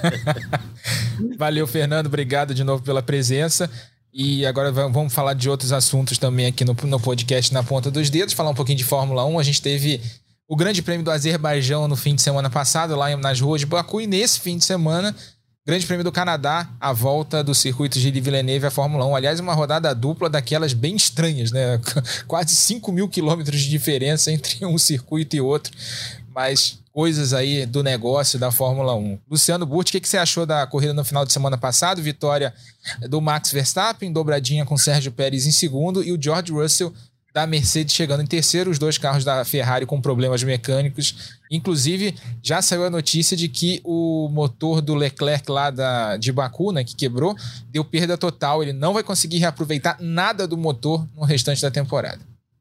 Valeu, Fernando. Obrigado de novo pela presença. E agora vamos falar de outros assuntos também aqui no podcast Na Ponta dos Dedos. Falar um pouquinho de Fórmula 1. A gente teve o Grande Prêmio do Azerbaijão no fim de semana passado, lá nas ruas de Baku. E nesse fim de semana, Grande Prêmio do Canadá, a volta do circuito Gilles Villeneuve à Fórmula 1. Aliás, uma rodada dupla daquelas bem estranhas, né? Quase 5 mil quilômetros de diferença entre um circuito e outro. Mas coisas aí do negócio da Fórmula 1. Luciano Burti, o que você achou da corrida no final de semana passado? Vitória do Max Verstappen, dobradinha com Sérgio Pérez em segundo, e o George Russell da Mercedes chegando em terceiro, os 2 carros da Ferrari com problemas mecânicos. Inclusive, já saiu a notícia de que o motor do Leclerc lá de Baku, né, que quebrou, deu perda total. Ele não vai conseguir reaproveitar nada do motor no restante da temporada.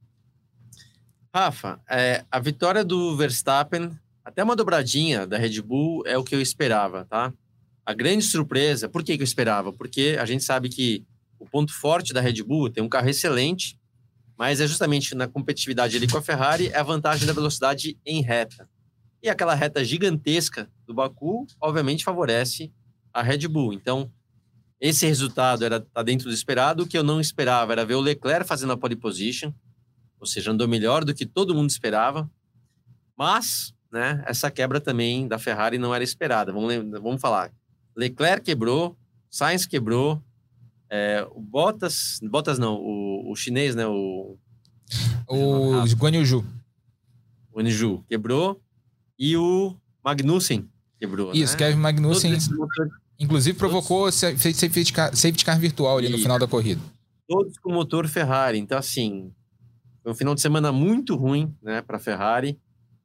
Rafa, a vitória do Verstappen, até uma dobradinha da Red Bull, é o que eu esperava, tá? A grande surpresa, por que eu esperava? Porque a gente sabe que o ponto forte da Red Bull tem um carro excelente, mas é justamente na competitividade ali com a Ferrari, é a vantagem da velocidade em reta. E aquela reta gigantesca do Baku, obviamente, favorece a Red Bull. Então, esse resultado tá dentro do esperado. O que eu não esperava era ver o Leclerc fazendo a pole position, ou seja, andou melhor do que todo mundo esperava. Mas, né, essa quebra também da Ferrari não era esperada. Vamos falar. Leclerc quebrou, Sainz quebrou, o Bottas não, o chinês, né, o
Guan Yu Zhou.
O Anju quebrou e o Magnussen quebrou.
Isso, né? Kevin Magnussen, inclusive, provocou safety car virtual ali no final da corrida.
Todos com motor Ferrari. Então, assim, foi um final de semana muito ruim, né, para a Ferrari.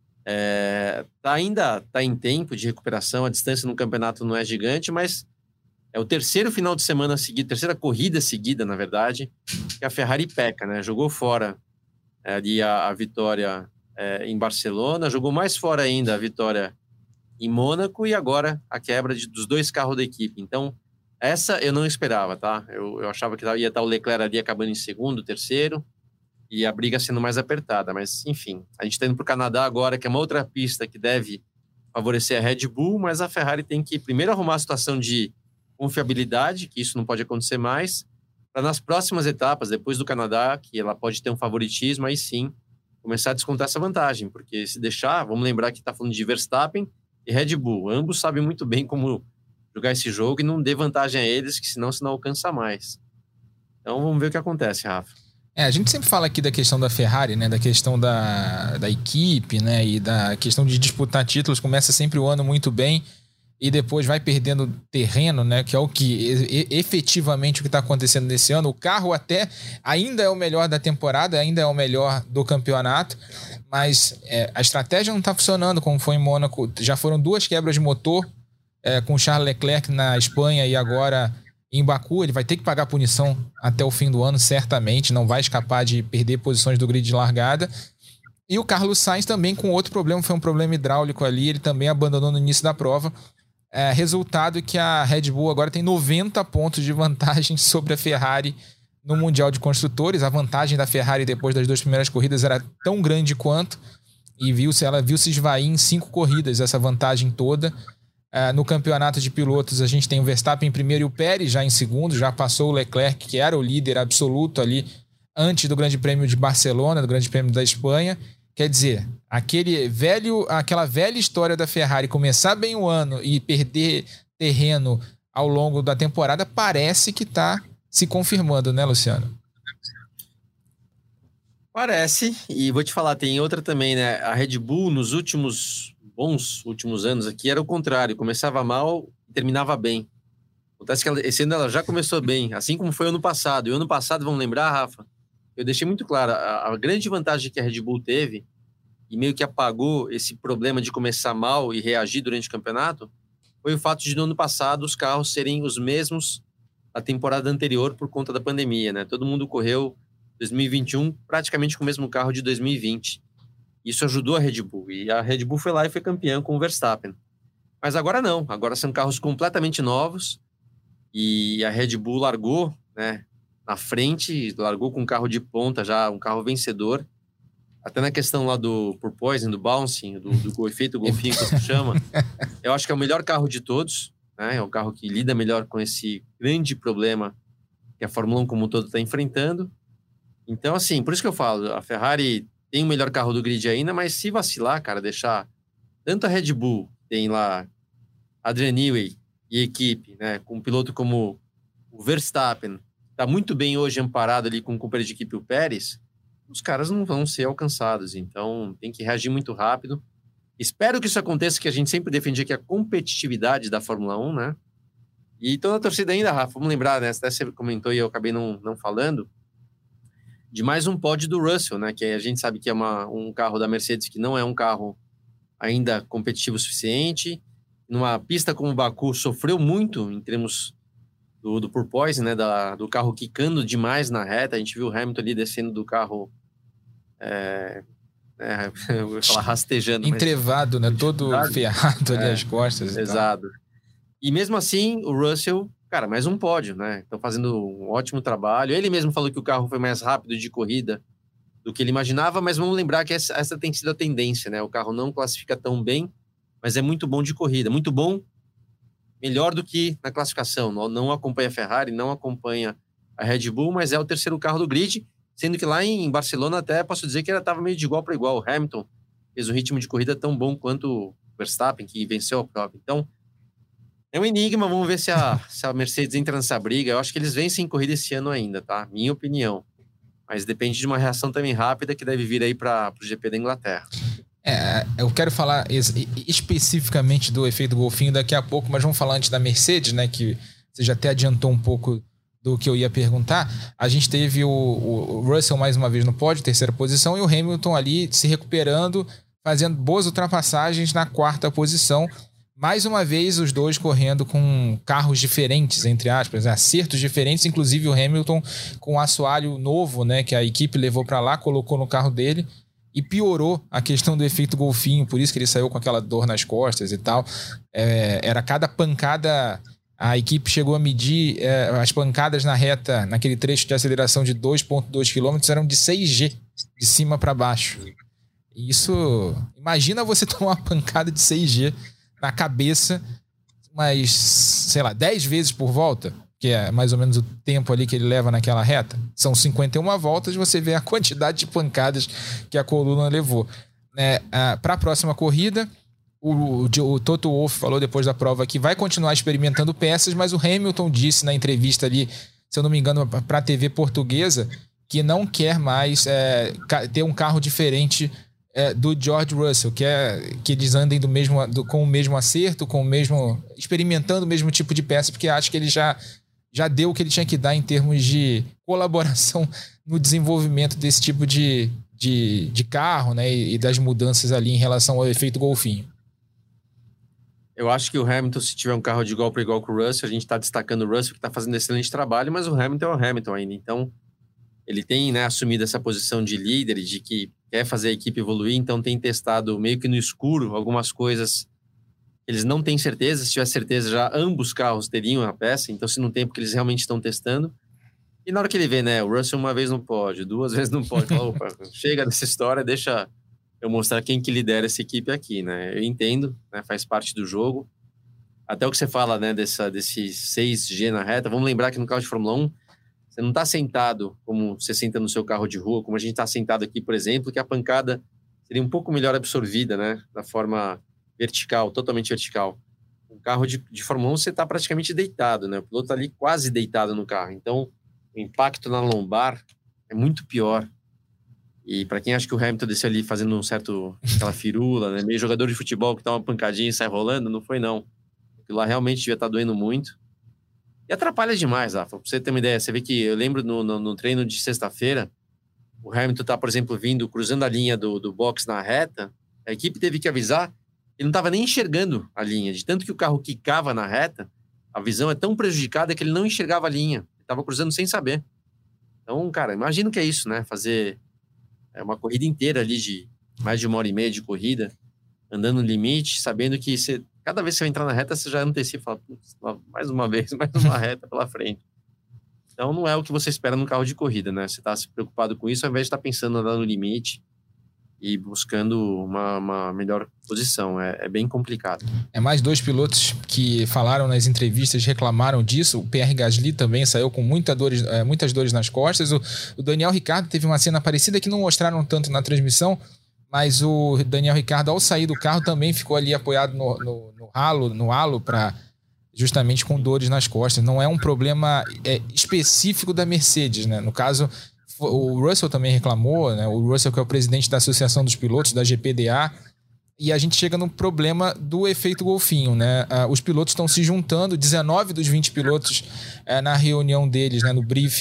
Ainda tá em tempo de recuperação, a distância no campeonato não é gigante, mas é o terceiro final de semana seguido, terceira corrida seguida, na verdade, que a Ferrari peca, né? Jogou fora ali a vitória em Barcelona, jogou mais fora ainda a vitória em Mônaco e agora a quebra dos 2 carros da equipe. Então, essa eu não esperava, tá? Eu achava que ia estar o Leclerc ali acabando em segundo, terceiro, e a briga sendo mais apertada. Mas, enfim, a gente está indo para o Canadá agora, que é uma outra pista que deve favorecer a Red Bull, mas a Ferrari tem que primeiro arrumar a situação de confiabilidade, que isso não pode acontecer mais, para nas próximas etapas, depois do Canadá, que ela pode ter um favoritismo, aí sim, começar a descontar essa vantagem, porque se deixar, vamos lembrar que está falando de Verstappen e Red Bull, ambos sabem muito bem como jogar esse jogo e não dê vantagem a eles, que senão você não alcança mais. Então vamos ver o que acontece, Rafa.
A gente sempre fala aqui da questão da Ferrari, né, da questão da equipe, né, e da questão de disputar títulos. Começa sempre o ano muito bem e depois vai perdendo terreno, né, que é o que efetivamente o que está acontecendo nesse ano. O carro até ainda é o melhor da temporada, ainda é o melhor do campeonato, mas a estratégia não está funcionando como foi em Mônaco. Já foram 2 quebras de motor com o Charles Leclerc na Espanha e agora em Baku. Ele vai ter que pagar punição até o fim do ano, certamente, não vai escapar de perder posições do grid de largada. E o Carlos Sainz também com outro problema, foi um problema hidráulico ali, ele também abandonou no início da prova. Resultado que a Red Bull agora tem 90 pontos de vantagem sobre a Ferrari no Mundial de Construtores. A vantagem da Ferrari depois das 2 primeiras corridas era tão grande quanto, e ela viu se esvair em 5 corridas essa vantagem toda. No campeonato de pilotos a gente tem o Verstappen em primeiro e o Pérez já em segundo, já passou o Leclerc, que era o líder absoluto ali antes do Grande Prêmio de Barcelona, do Grande Prêmio da Espanha. Quer dizer, aquela velha história da Ferrari começar bem o ano e perder terreno ao longo da temporada parece que está se confirmando, né, Luciano?
Parece, e vou te falar, tem outra também, né? A Red Bull nos últimos anos aqui era o contrário, começava mal e terminava bem. Acontece que esse ano ela já começou bem, assim como foi ano passado. E o ano passado, vamos lembrar, Rafa, eu deixei muito claro, a grande vantagem que a Red Bull teve e meio que apagou esse problema de começar mal e reagir durante o campeonato foi o fato de no ano passado os carros serem os mesmos da temporada anterior por conta da pandemia, né? Todo mundo correu 2021 praticamente com o mesmo carro de 2020. Isso ajudou a Red Bull, e a Red Bull foi lá e foi campeã com o Verstappen. Mas agora não, agora são carros completamente novos, e a Red Bull largou, né, na frente, largou com um carro de ponta já, um carro vencedor. Até na questão lá do porpoising, do bouncing, do efeito golfinho que se chama, eu acho que é o melhor carro de todos, né? É o carro que lida melhor com esse grande problema que a Fórmula 1 como um todo está enfrentando. Então, assim, por isso que eu falo, a Ferrari tem o melhor carro do grid ainda, mas se vacilar, cara, deixar tanto a Red Bull, tem lá Adrian Newey e equipe, né, com um piloto como o Verstappen, tá muito bem hoje amparado ali com o companheiro de equipe, o Pérez, os caras não vão ser alcançados, então tem que reagir muito rápido. Espero que isso aconteça, que a gente sempre defendia que a competitividade da Fórmula 1, né, e toda a torcida ainda, Rafa, vamos lembrar, né, até você comentou e eu acabei não falando, de mais um pódio do Russell, né? Que a gente sabe que é um carro da Mercedes que não é um carro ainda competitivo o suficiente. Numa pista como o Baku, sofreu muito em termos do porpoise, né? Do carro quicando demais na reta. A gente viu o Hamilton ali descendo do carro, eu vou falar rastejando.
Entrevado, né? Todo ferrado ali as costas.
Exato. E mesmo assim, o Russell, cara, mais um pódio, né? Estão fazendo um ótimo trabalho. Ele mesmo falou que o carro foi mais rápido de corrida do que ele imaginava, mas vamos lembrar que essa tem sido a tendência, né? O carro não classifica tão bem, mas é muito bom de corrida. Muito bom, melhor do que na classificação. Não acompanha a Ferrari, não acompanha a Red Bull, mas é o terceiro carro do grid, sendo que lá em Barcelona até posso dizer que ela estava meio de igual para igual. O Hamilton fez um ritmo de corrida tão bom quanto o Verstappen, que venceu a prova. Então, é um enigma, vamos ver se a Mercedes entra nessa briga. Eu acho que eles vencem em corrida esse ano ainda, tá? Minha opinião. Mas depende de uma reação também rápida que deve vir aí para o GP da Inglaterra.
Eu quero falar especificamente do efeito golfinho daqui a pouco, mas vamos falar antes da Mercedes, né? Que você já até adiantou um pouco do que eu ia perguntar. A gente teve o Russell mais uma vez no pódio, terceira posição, e o Hamilton ali se recuperando, fazendo boas ultrapassagens na quarta posição. Mais uma vez, os dois correndo com carros diferentes, entre aspas, acertos diferentes, inclusive o Hamilton com um assoalho novo, né, que a equipe levou para lá, colocou no carro dele e piorou a questão do efeito golfinho, por isso que ele saiu com aquela dor nas costas e tal. Era cada pancada, a equipe chegou a medir as pancadas na reta, naquele trecho de aceleração de 2,2 km, eram de 6G, de cima para baixo. Isso, imagina você tomar uma pancada de 6G na cabeça, mas, sei lá, 10 vezes por volta, que é mais ou menos o tempo ali que ele leva naquela reta. São 51 voltas, você vê a quantidade de pancadas que a coluna levou. Para a próxima corrida, o Toto Wolff falou depois da prova que vai continuar experimentando peças, mas o Hamilton disse na entrevista ali, se eu não me engano, para a TV portuguesa, que não quer mais ter um carro diferente do George Russell, que eles andem com o mesmo acerto, experimentando o mesmo tipo de peça, porque acho que ele já deu o que ele tinha que dar em termos de colaboração no desenvolvimento desse tipo de carro, né, e das mudanças ali em relação ao efeito golfinho.
Eu acho que o Hamilton, se tiver um carro de igual para igual com o Russell, a gente está destacando o Russell, que está fazendo excelente trabalho, mas o Hamilton é o Hamilton ainda, então ele tem, né, assumido essa posição de líder e de que quer fazer a equipe evoluir, então tem testado meio que no escuro algumas coisas. Eles não têm certeza, se tiver certeza já ambos carros teriam a peça, então se não tem, porque eles realmente estão testando. E na hora que ele vê, né, o Russell uma vez não pode, 2 vezes não pode, fala, opa, chega dessa história, deixa eu mostrar quem que lidera essa equipe aqui, né? Eu entendo, né, faz parte do jogo. Até o que você fala, né, desse 6G na reta, vamos lembrar que no carro de Fórmula 1, você não está sentado como você senta no seu carro de rua, como a gente está sentado aqui, por exemplo, que a pancada seria um pouco melhor absorvida, né? Da forma vertical, totalmente vertical. Um carro de Fórmula 1, você está praticamente deitado, né? O piloto está ali quase deitado no carro. Então, o impacto na lombar é muito pior. E para quem acha que o Hamilton desceu ali fazendo aquela firula, né? Meio jogador de futebol que dá uma pancadinha e sai rolando, não foi não. Aquilo lá realmente devia estar doendo muito. E atrapalha demais, Rafa. Pra você ter uma ideia, você vê que eu lembro no treino de sexta-feira, o Hamilton tá, por exemplo, cruzando a linha do box na reta, a equipe teve que avisar, ele não estava nem enxergando a linha, de tanto que o carro quicava na reta, a visão é tão prejudicada que ele não enxergava a linha, ele estava cruzando sem saber. Então, cara, imagina o que é isso, né? Fazer uma corrida inteira ali de mais de 1h30 de corrida, andando no limite, sabendo que cada vez que você vai entrar na reta, você já antecipa e fala, putz, mais uma vez, mais uma reta pela frente. Então, não é o que você espera num carro de corrida, né? Você está se preocupado com isso, ao invés de estar pensando andar no limite e buscando uma melhor posição. É bem complicado. Mais
2 pilotos que falaram nas entrevistas, reclamaram disso. O Pierre Gasly também saiu com muitas dores nas costas. O Daniel Ricciardo teve uma cena parecida que não mostraram tanto na transmissão, mas o Daniel Ricciardo, ao sair do carro, também ficou ali apoiado no halo, justamente com dores nas costas. Não é um problema específico da Mercedes, né? No caso, o Russell também reclamou, né? O Russell, que é o presidente da Associação dos Pilotos, da GPDA, e a gente chega no problema do efeito golfinho, né? Os pilotos estão se juntando, 19 dos 20 pilotos na reunião deles, né, no briefing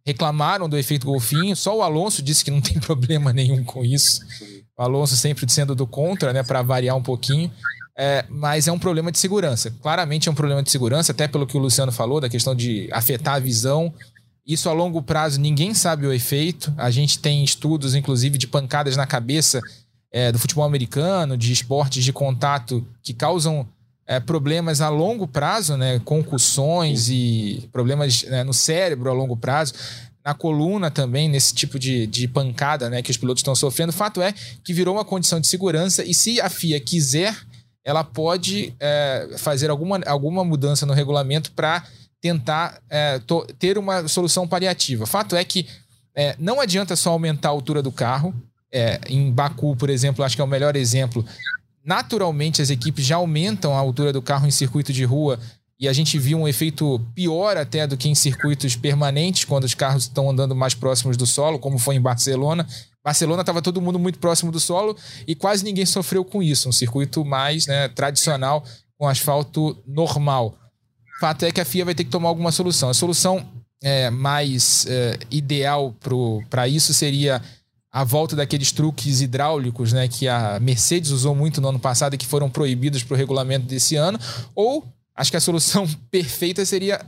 reclamaram do efeito golfinho. Só o Alonso disse que não tem problema nenhum com isso. O Alonso sempre sendo do contra, né, para variar um pouquinho. Mas é um problema de segurança. Claramente é um problema de segurança, até pelo que o Luciano falou, da questão de afetar a visão. Isso a longo prazo ninguém sabe o efeito. A gente tem estudos, inclusive, de pancadas na cabeça do futebol americano, de esportes de contato que causam problemas a longo prazo, né? Concussões e problemas, né, no cérebro a longo prazo, na coluna também, nesse tipo de pancada, né, que os pilotos estão sofrendo. O fato é que virou uma condição de segurança e se a FIA quiser, ela pode fazer alguma mudança no regulamento para tentar ter uma solução paliativa. O fato é que não adianta só aumentar a altura do carro. Em Baku, por exemplo, acho que é o melhor exemplo. Naturalmente, as equipes já aumentam a altura do carro em circuito de rua e a gente viu um efeito pior até do que em circuitos permanentes, quando os carros estão andando mais próximos do solo, como foi em Barcelona. Barcelona estava todo mundo muito próximo do solo e quase ninguém sofreu com isso. Um circuito mais, né, tradicional, com asfalto normal. O fato é que a FIA vai ter que tomar alguma solução. A solução mais ideal para isso seria a volta daqueles truques hidráulicos, né, que a Mercedes usou muito no ano passado e que foram proibidos para o regulamento desse ano. Ou, acho que a solução perfeita seria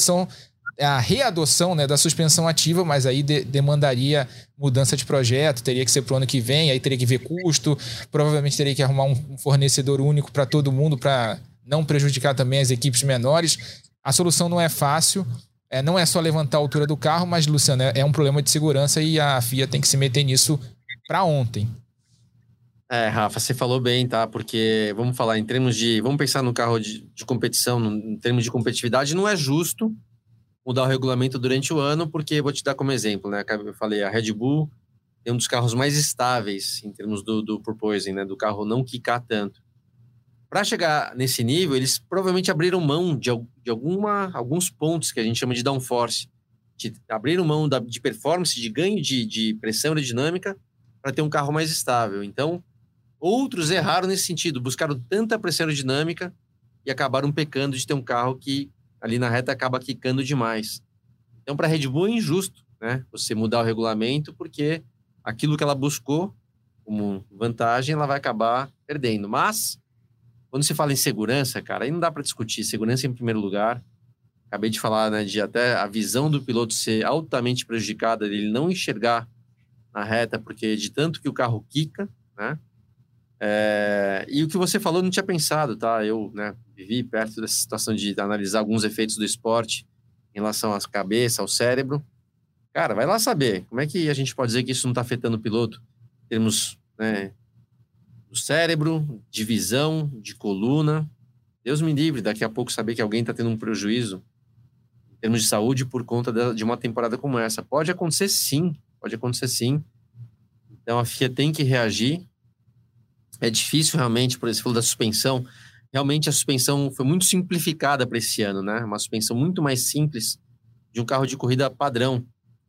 a readoção, né, da suspensão ativa, mas aí demandaria mudança de projeto, teria que ser para o ano que vem, aí teria que ver custo, provavelmente teria que arrumar um fornecedor único para todo mundo, para não prejudicar também as equipes menores. A solução não é fácil, não é só levantar a altura do carro, mas, Luciano, é um problema de segurança e a FIA tem que se meter nisso para ontem.
Rafa, você falou bem, tá? Porque, vamos falar, em termos de... Vamos pensar no carro de competição, em termos de competitividade, não é justo mudar o regulamento durante o ano, porque, vou te dar como exemplo, né? Eu falei, a Red Bull tem um dos carros mais estáveis em termos do porpoising, né? Do carro não quicar tanto. Para chegar nesse nível, eles provavelmente abriram mão de alguns pontos que a gente chama de downforce. Abriram mão de performance, de ganho de pressão aerodinâmica para ter um carro mais estável. Então, outros erraram nesse sentido, buscaram tanta pressão aerodinâmica e acabaram pecando de ter um carro que ali na reta acaba quicando demais. Então, para a Red Bull é injusto, né, você mudar o regulamento, porque aquilo que ela buscou como vantagem, ela vai acabar perdendo. Mas, quando se fala em segurança, cara, aí não dá para discutir. Segurança em primeiro lugar. Acabei de falar, né, de até a visão do piloto ser altamente prejudicada, ele não enxergar na reta, porque de tanto que o carro quica, né? E o que você falou, eu não tinha pensado, tá? Eu, né, vivi perto dessa situação de analisar alguns efeitos do esporte em relação à cabeça, ao cérebro. Cara, vai lá saber. Como é que a gente pode dizer que isso não está afetando o piloto? Em termos, né, do cérebro, de visão, de coluna. Deus me livre, daqui a pouco saber que alguém está tendo um prejuízo em termos de saúde por conta de uma temporada como essa. Pode acontecer sim. Então a FIA tem que reagir. É difícil realmente, por exemplo, da suspensão. Realmente a suspensão foi muito simplificada para esse ano, né? Uma suspensão muito mais simples de um carro de corrida padrão.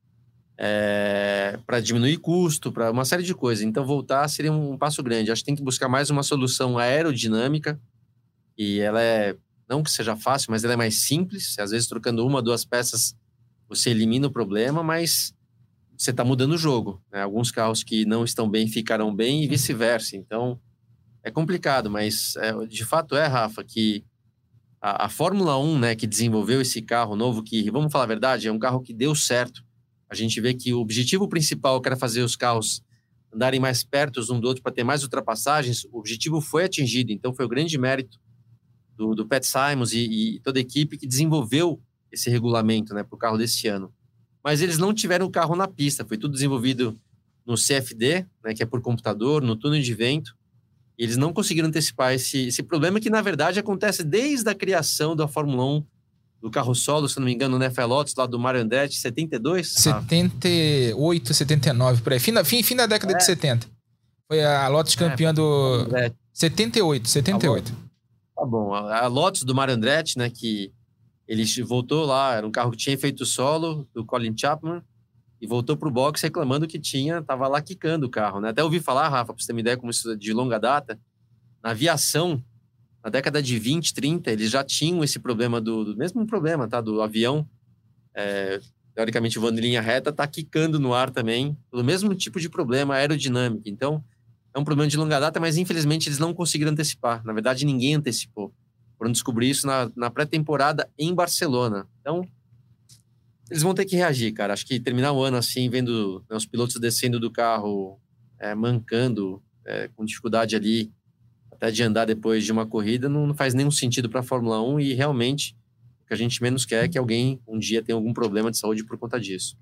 Para diminuir custo, para uma série de coisas. Então voltar seria um passo grande. Acho que tem que buscar mais uma solução aerodinâmica, e ela não que seja fácil, mas ela é mais simples. Às vezes trocando uma ou duas peças você elimina o problema, mas você está mudando o jogo, né? Alguns carros que não estão bem ficarão bem e vice-versa. Então é complicado, mas de fato Rafa, que a Fórmula 1, né, que desenvolveu esse carro novo, que, vamos falar a verdade, é um carro que deu certo. A gente vê que o objetivo principal, que era fazer os carros andarem mais perto um do outro para ter mais ultrapassagens, o objetivo foi atingido. Então foi o grande mérito do Pat Symonds e toda a equipe que desenvolveu esse regulamento, né, para o carro desse ano. Mas eles não tiveram o carro na pista, foi tudo desenvolvido no CFD, né, que é por computador, no túnel de vento, e eles não conseguiram antecipar esse problema que, na verdade, acontece desde a criação da Fórmula 1, do carro solo, se não me engano, no NFL Lotus, lá do Mario Andretti, 72?
78, 79, por aí. Fim da década de 70. Foi a Lotus campeã do... 78.
Tá bom. A Lotus do Mario Andretti, né, que ele voltou lá, era um carro que tinha efeito solo, do Colin Chapman, e voltou pro box reclamando que tava lá quicando o carro, né? Até ouvi falar, Rafa, pra você ter uma ideia como isso é de longa data, na aviação, na década de 20, 30, eles já tinham esse problema do mesmo problema, tá? Do avião teoricamente voando em linha reta, está quicando no ar também, pelo mesmo tipo de problema aerodinâmico. Então, é um problema de longa data, mas infelizmente eles não conseguiram antecipar. Na verdade, ninguém antecipou. Foram descobrir isso na pré-temporada em Barcelona. Então, eles vão ter que reagir, cara. Acho que terminar o ano assim, vendo, né, os pilotos descendo do carro, mancando, com dificuldade ali, até de andar depois de uma corrida, não faz nenhum sentido para a Fórmula 1 e realmente o que a gente menos quer é que alguém um dia tenha algum problema de saúde por conta disso.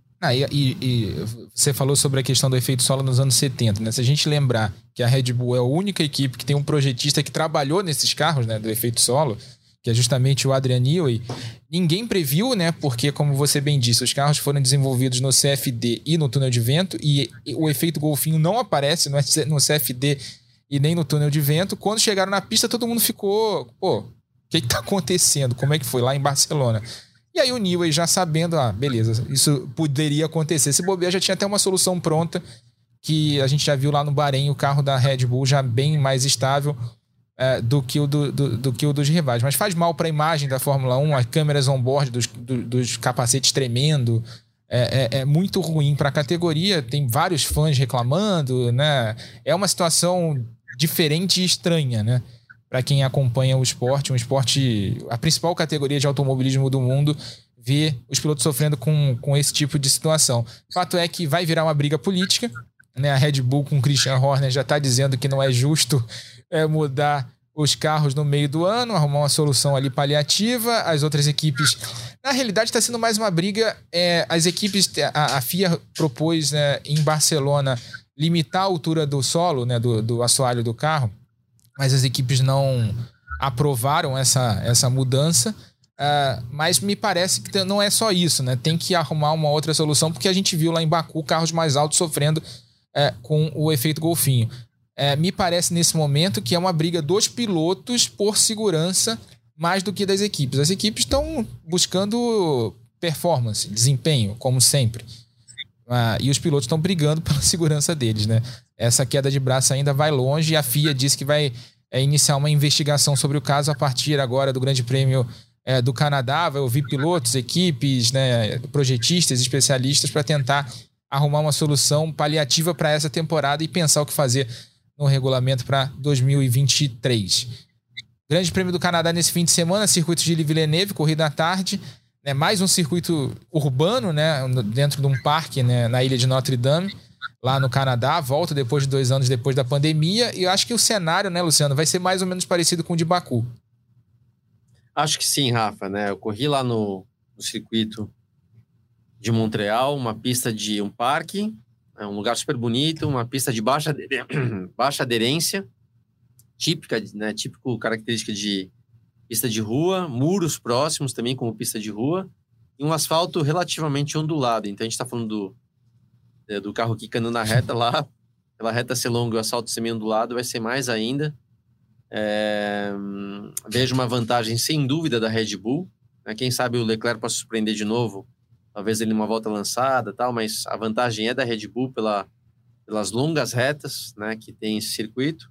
E você falou sobre a questão do efeito solo nos anos 70, né? Se a gente lembrar que a Red Bull é a única equipe que tem um projetista que trabalhou nesses carros, né, do efeito solo, que é justamente o Adrian Newey, ninguém previu, né? Porque, como você bem disse, os carros foram desenvolvidos no CFD e no túnel de vento, e o efeito golfinho não aparece no CFD e nem no túnel de vento. Quando chegaram na pista, todo mundo ficou... Pô, o que tá acontecendo? Como é que foi lá em Barcelona? E aí o Newey, já sabendo, beleza, isso poderia acontecer. Se bobear, já tinha até uma solução pronta, que a gente já viu lá no Bahrein, o carro da Red Bull já bem mais estável do que o dos rivais. Mas faz mal para a imagem da Fórmula 1, as câmeras on-board dos capacetes tremendo. É muito ruim para a categoria. Tem vários fãs reclamando, né? É uma situação diferente e estranha, né? Para quem acompanha o esporte, a principal categoria de automobilismo do mundo, ver os pilotos sofrendo com esse tipo de situação. O fato é que vai virar uma briga política, né? A Red Bull com o Christian Horner já está dizendo que não é justo mudar os carros no meio do ano, arrumar uma solução ali paliativa. As outras equipes... Na realidade, está sendo mais uma briga. As equipes... A FIA propôs, né, em Barcelona, limitar a altura do solo, né, do assoalho do carro, mas as equipes não aprovaram essa mudança. Mas me parece que não é só isso, né? Tem que arrumar uma outra solução, porque a gente viu lá em Baku carros mais altos sofrendo com o efeito golfinho. Me parece nesse momento que é uma briga dos pilotos por segurança mais do que das equipes. As equipes estão buscando performance, desempenho, como sempre. E os pilotos estão brigando pela segurança deles, né? Essa queda de braço ainda vai longe, e a FIA disse que vai iniciar uma investigação sobre o caso a partir agora do Grande Prêmio do Canadá. Vai ouvir pilotos, equipes, né, projetistas, especialistas, para tentar arrumar uma solução paliativa para essa temporada e pensar o que fazer no regulamento para 2023. Grande Prêmio do Canadá nesse fim de semana, circuito de Villeneuve, corrida à tarde, né, mais um circuito urbano, né, dentro de um parque, né, na ilha de Notre Dame, lá no Canadá. Volta depois de 2 anos depois da pandemia, e eu acho que o cenário, né, Luciano, vai ser mais ou menos parecido com o de Baku.
Acho que sim, Rafa, né? Eu corri lá no circuito de Montreal, uma pista de um parque, um lugar super bonito, uma pista de baixa aderência, típica, né? Típico característica de pista de rua, muros próximos também como pista de rua, e um asfalto relativamente ondulado. Então a gente está falando do carro quicando na reta lá, pela reta ser longa e o asfalto ser meio ondulado, vai ser mais ainda. Vejo uma vantagem sem dúvida da Red Bull, né? Quem sabe o Leclerc possa surpreender de novo, talvez ele uma volta lançada, tal, mas a vantagem é da Red Bull pelas longas retas, né, que tem esse circuito.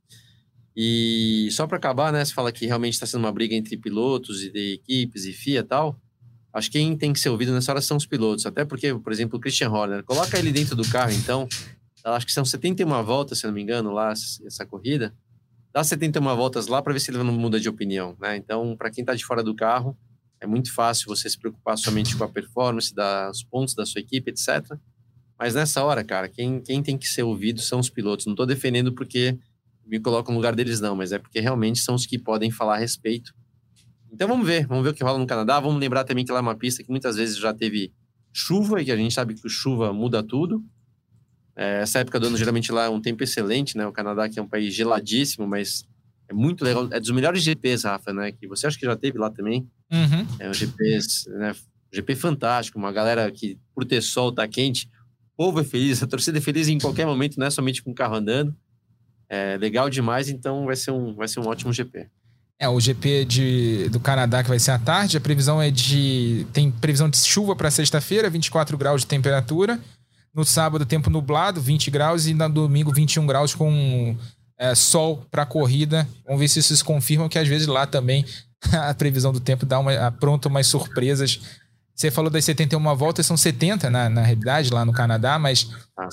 E só para acabar, né, você fala que realmente está sendo uma briga entre pilotos e de equipes e FIA e tal. Acho que quem tem que ser ouvido nessa hora são os pilotos, até porque, por exemplo, o Christian Horner, coloca ele dentro do carro, então, acho que são 71 voltas, se não me engano, lá, essa corrida. Dá 71 voltas lá para ver se ele não muda de opinião, né? Então, para quem está de fora do carro, é muito fácil você se preocupar somente com a performance, dos pontos da sua equipe, etc. Mas nessa hora, cara, quem tem que ser ouvido são os pilotos. Não estou defendendo porque me coloco no lugar deles, não, mas é porque realmente são os que podem falar a respeito. Então vamos ver o que rola no Canadá. Vamos lembrar também que lá é uma pista que muitas vezes já teve chuva, e que a gente sabe que chuva muda tudo. Essa época do ano geralmente lá é um tempo excelente, né? O Canadá, que é um país geladíssimo, mas é muito legal. É dos melhores GPs, Rafa, né? Que você acha que já teve lá também.
Uhum.
É um GPs, né? GP fantástico, uma galera que por ter sol, tá quente, o povo é feliz, a torcida é feliz em qualquer momento, não é somente com o carro andando. É legal demais, então vai ser um ótimo GP.
O GP do Canadá, que vai ser à tarde, a previsão tem previsão de chuva para sexta-feira, 24 graus de temperatura. No sábado, tempo nublado, 20 graus, e no domingo, 21 graus com sol para a corrida. Vamos ver se isso se confirma, que às vezes lá também a previsão do tempo apronta umas surpresas Você falou das 71 voltas, são 70 na realidade, lá no Canadá, mas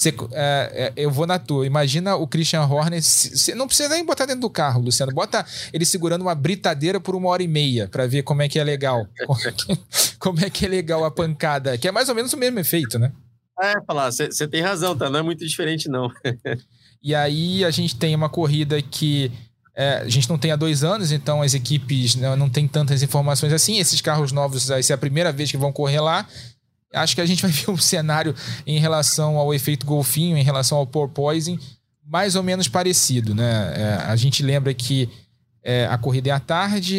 eu vou na tua. Imagina o Christian Horner, você não precisa nem botar dentro do carro, Luciano. Bota ele segurando uma britadeira por 1h30 para ver como é que é legal. Como é que é legal a pancada, que é mais ou menos o mesmo efeito, né?
Falar, você tem razão, tá? Não é muito diferente, não.
E aí a gente tem uma corrida que a gente não tem há 2 anos, então as equipes não tem tantas informações assim. Esses carros novos, vai ser a primeira vez que vão correr lá. Acho que a gente vai ver um cenário em relação ao efeito golfinho, em relação ao porpoising, mais ou menos parecido, né? A gente lembra que a corrida é à tarde,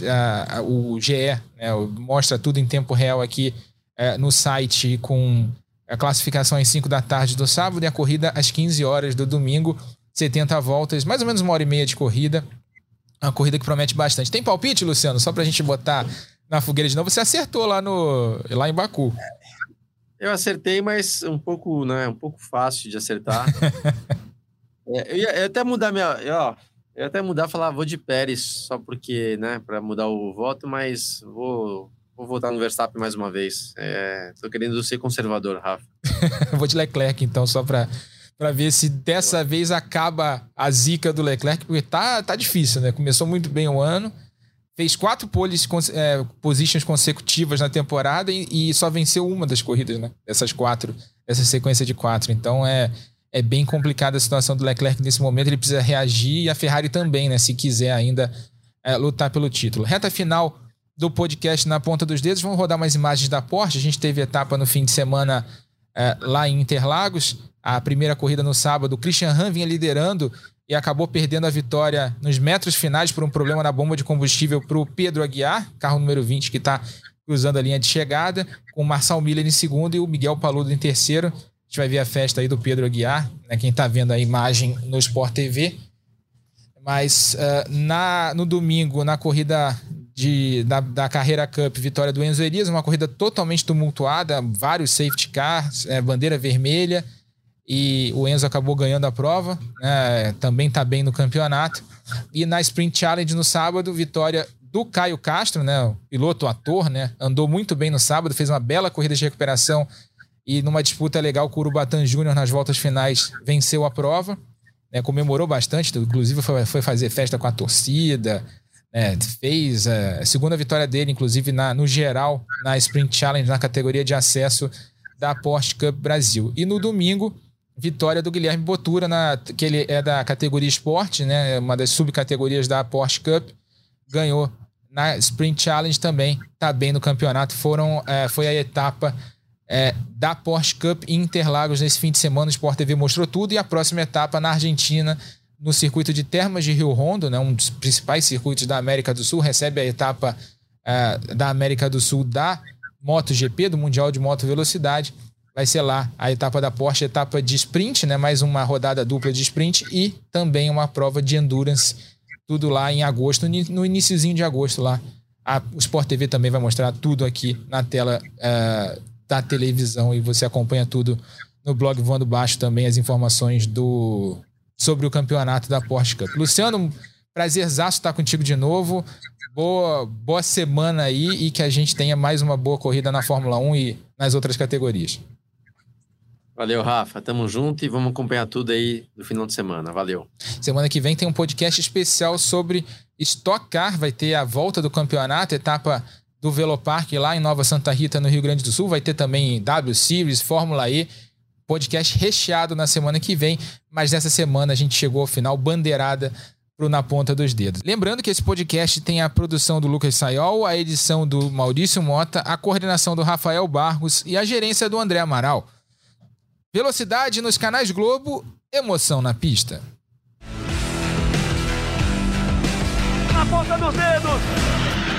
o GE mostra tudo em tempo real aqui no site, com a classificação às 5 da tarde do sábado e a corrida às 15 horas do domingo. 70 voltas, mais ou menos 1h30 de corrida. Uma corrida que promete bastante. Tem palpite, Luciano? Só pra gente botar na fogueira de novo. Você acertou lá em Baku.
Eu acertei, mas um pouco fácil de acertar. Eu ia até mudar falar, vou de Pérez, só porque, né, pra mudar o voto, mas vou votar no Verstappen mais uma vez. Tô querendo ser conservador, Rafa.
Vou de Leclerc, então, só pra ver se dessa vez acaba a zica do Leclerc, porque tá difícil, né? Começou muito bem o ano, fez 4 positions consecutivas na temporada e só venceu uma das corridas, né? Essa sequência de 4. Então é bem complicada a situação do Leclerc nesse momento, ele precisa reagir, e a Ferrari também, né? Se quiser ainda lutar pelo título. Reta final do podcast na ponta dos dedos, vamos rodar umas imagens da Porsche. A gente teve etapa no fim de semana lá em Interlagos. A primeira corrida no sábado, o Christian Ham vinha liderando e acabou perdendo a vitória nos metros finais por um problema na bomba de combustível para o Pedro Aguiar, carro número 20, que está cruzando a linha de chegada, com o Marcel Miller em segundo e o Miguel Paludo em terceiro. A gente vai ver a festa aí do Pedro Aguiar, né, quem está vendo a imagem no Sport TV. Mas no domingo, na corrida da Carrera Cup, vitória do Enzo Elias, uma corrida totalmente tumultuada, vários safety cars, bandeira vermelha, e o Enzo acabou ganhando a prova, né? Também está bem no campeonato. E na Sprint Challenge no sábado, vitória do Caio Castro, né? O piloto ator, né? Andou muito bem no sábado, fez uma bela corrida de recuperação e numa disputa legal, o Curubatan Júnior nas voltas finais venceu a prova, né? Comemorou bastante, inclusive foi fazer festa com a torcida, né? Fez a segunda vitória dele, inclusive no geral, na Sprint Challenge, na categoria de acesso da Porsche Cup Brasil. E no domingo, vitória do Guilherme Bottura, que ele é da categoria Sport, né? Uma das subcategorias da Porsche Cup. Ganhou na Sprint Challenge também, está bem no campeonato. Foi a etapa da Porsche Cup em Interlagos nesse fim de semana. O Sport TV mostrou tudo. E a próxima etapa na Argentina, no circuito de Termas de Rio Hondo, né? Um dos principais circuitos da América do Sul. Recebe a etapa da América do Sul da MotoGP, do Mundial de Moto Velocidade. Vai ser lá a etapa da Porsche, etapa de sprint, né? Mais uma rodada dupla de sprint e também uma prova de endurance, tudo lá em agosto, no iniciozinho de agosto lá. O Sport TV também vai mostrar tudo aqui na tela da televisão e você acompanha tudo no blog Voando Baixo também, as informações sobre o campeonato da Porsche Cup. Luciano, prazerzaço estar contigo de novo. Boa semana aí e que a gente tenha mais uma boa corrida na Fórmula 1 e nas outras categorias.
Valeu, Rafa. Tamo junto e vamos acompanhar tudo aí no final de semana. Valeu.
Semana que vem tem um podcast especial sobre Stock Car. Vai ter a volta do campeonato, etapa do Velopark lá em Nova Santa Rita, no Rio Grande do Sul. Vai ter também W Series, Fórmula E. Podcast recheado na semana que vem. Mas nessa semana a gente chegou ao final, bandeirada na ponta dos dedos. Lembrando que esse podcast tem a produção do Lucas Sayol, a edição do Maurício Mota, a coordenação do Rafael Barros e a gerência do André Amaral. Velocidade nos canais Globo, emoção na pista.
Na ponta dos dedos.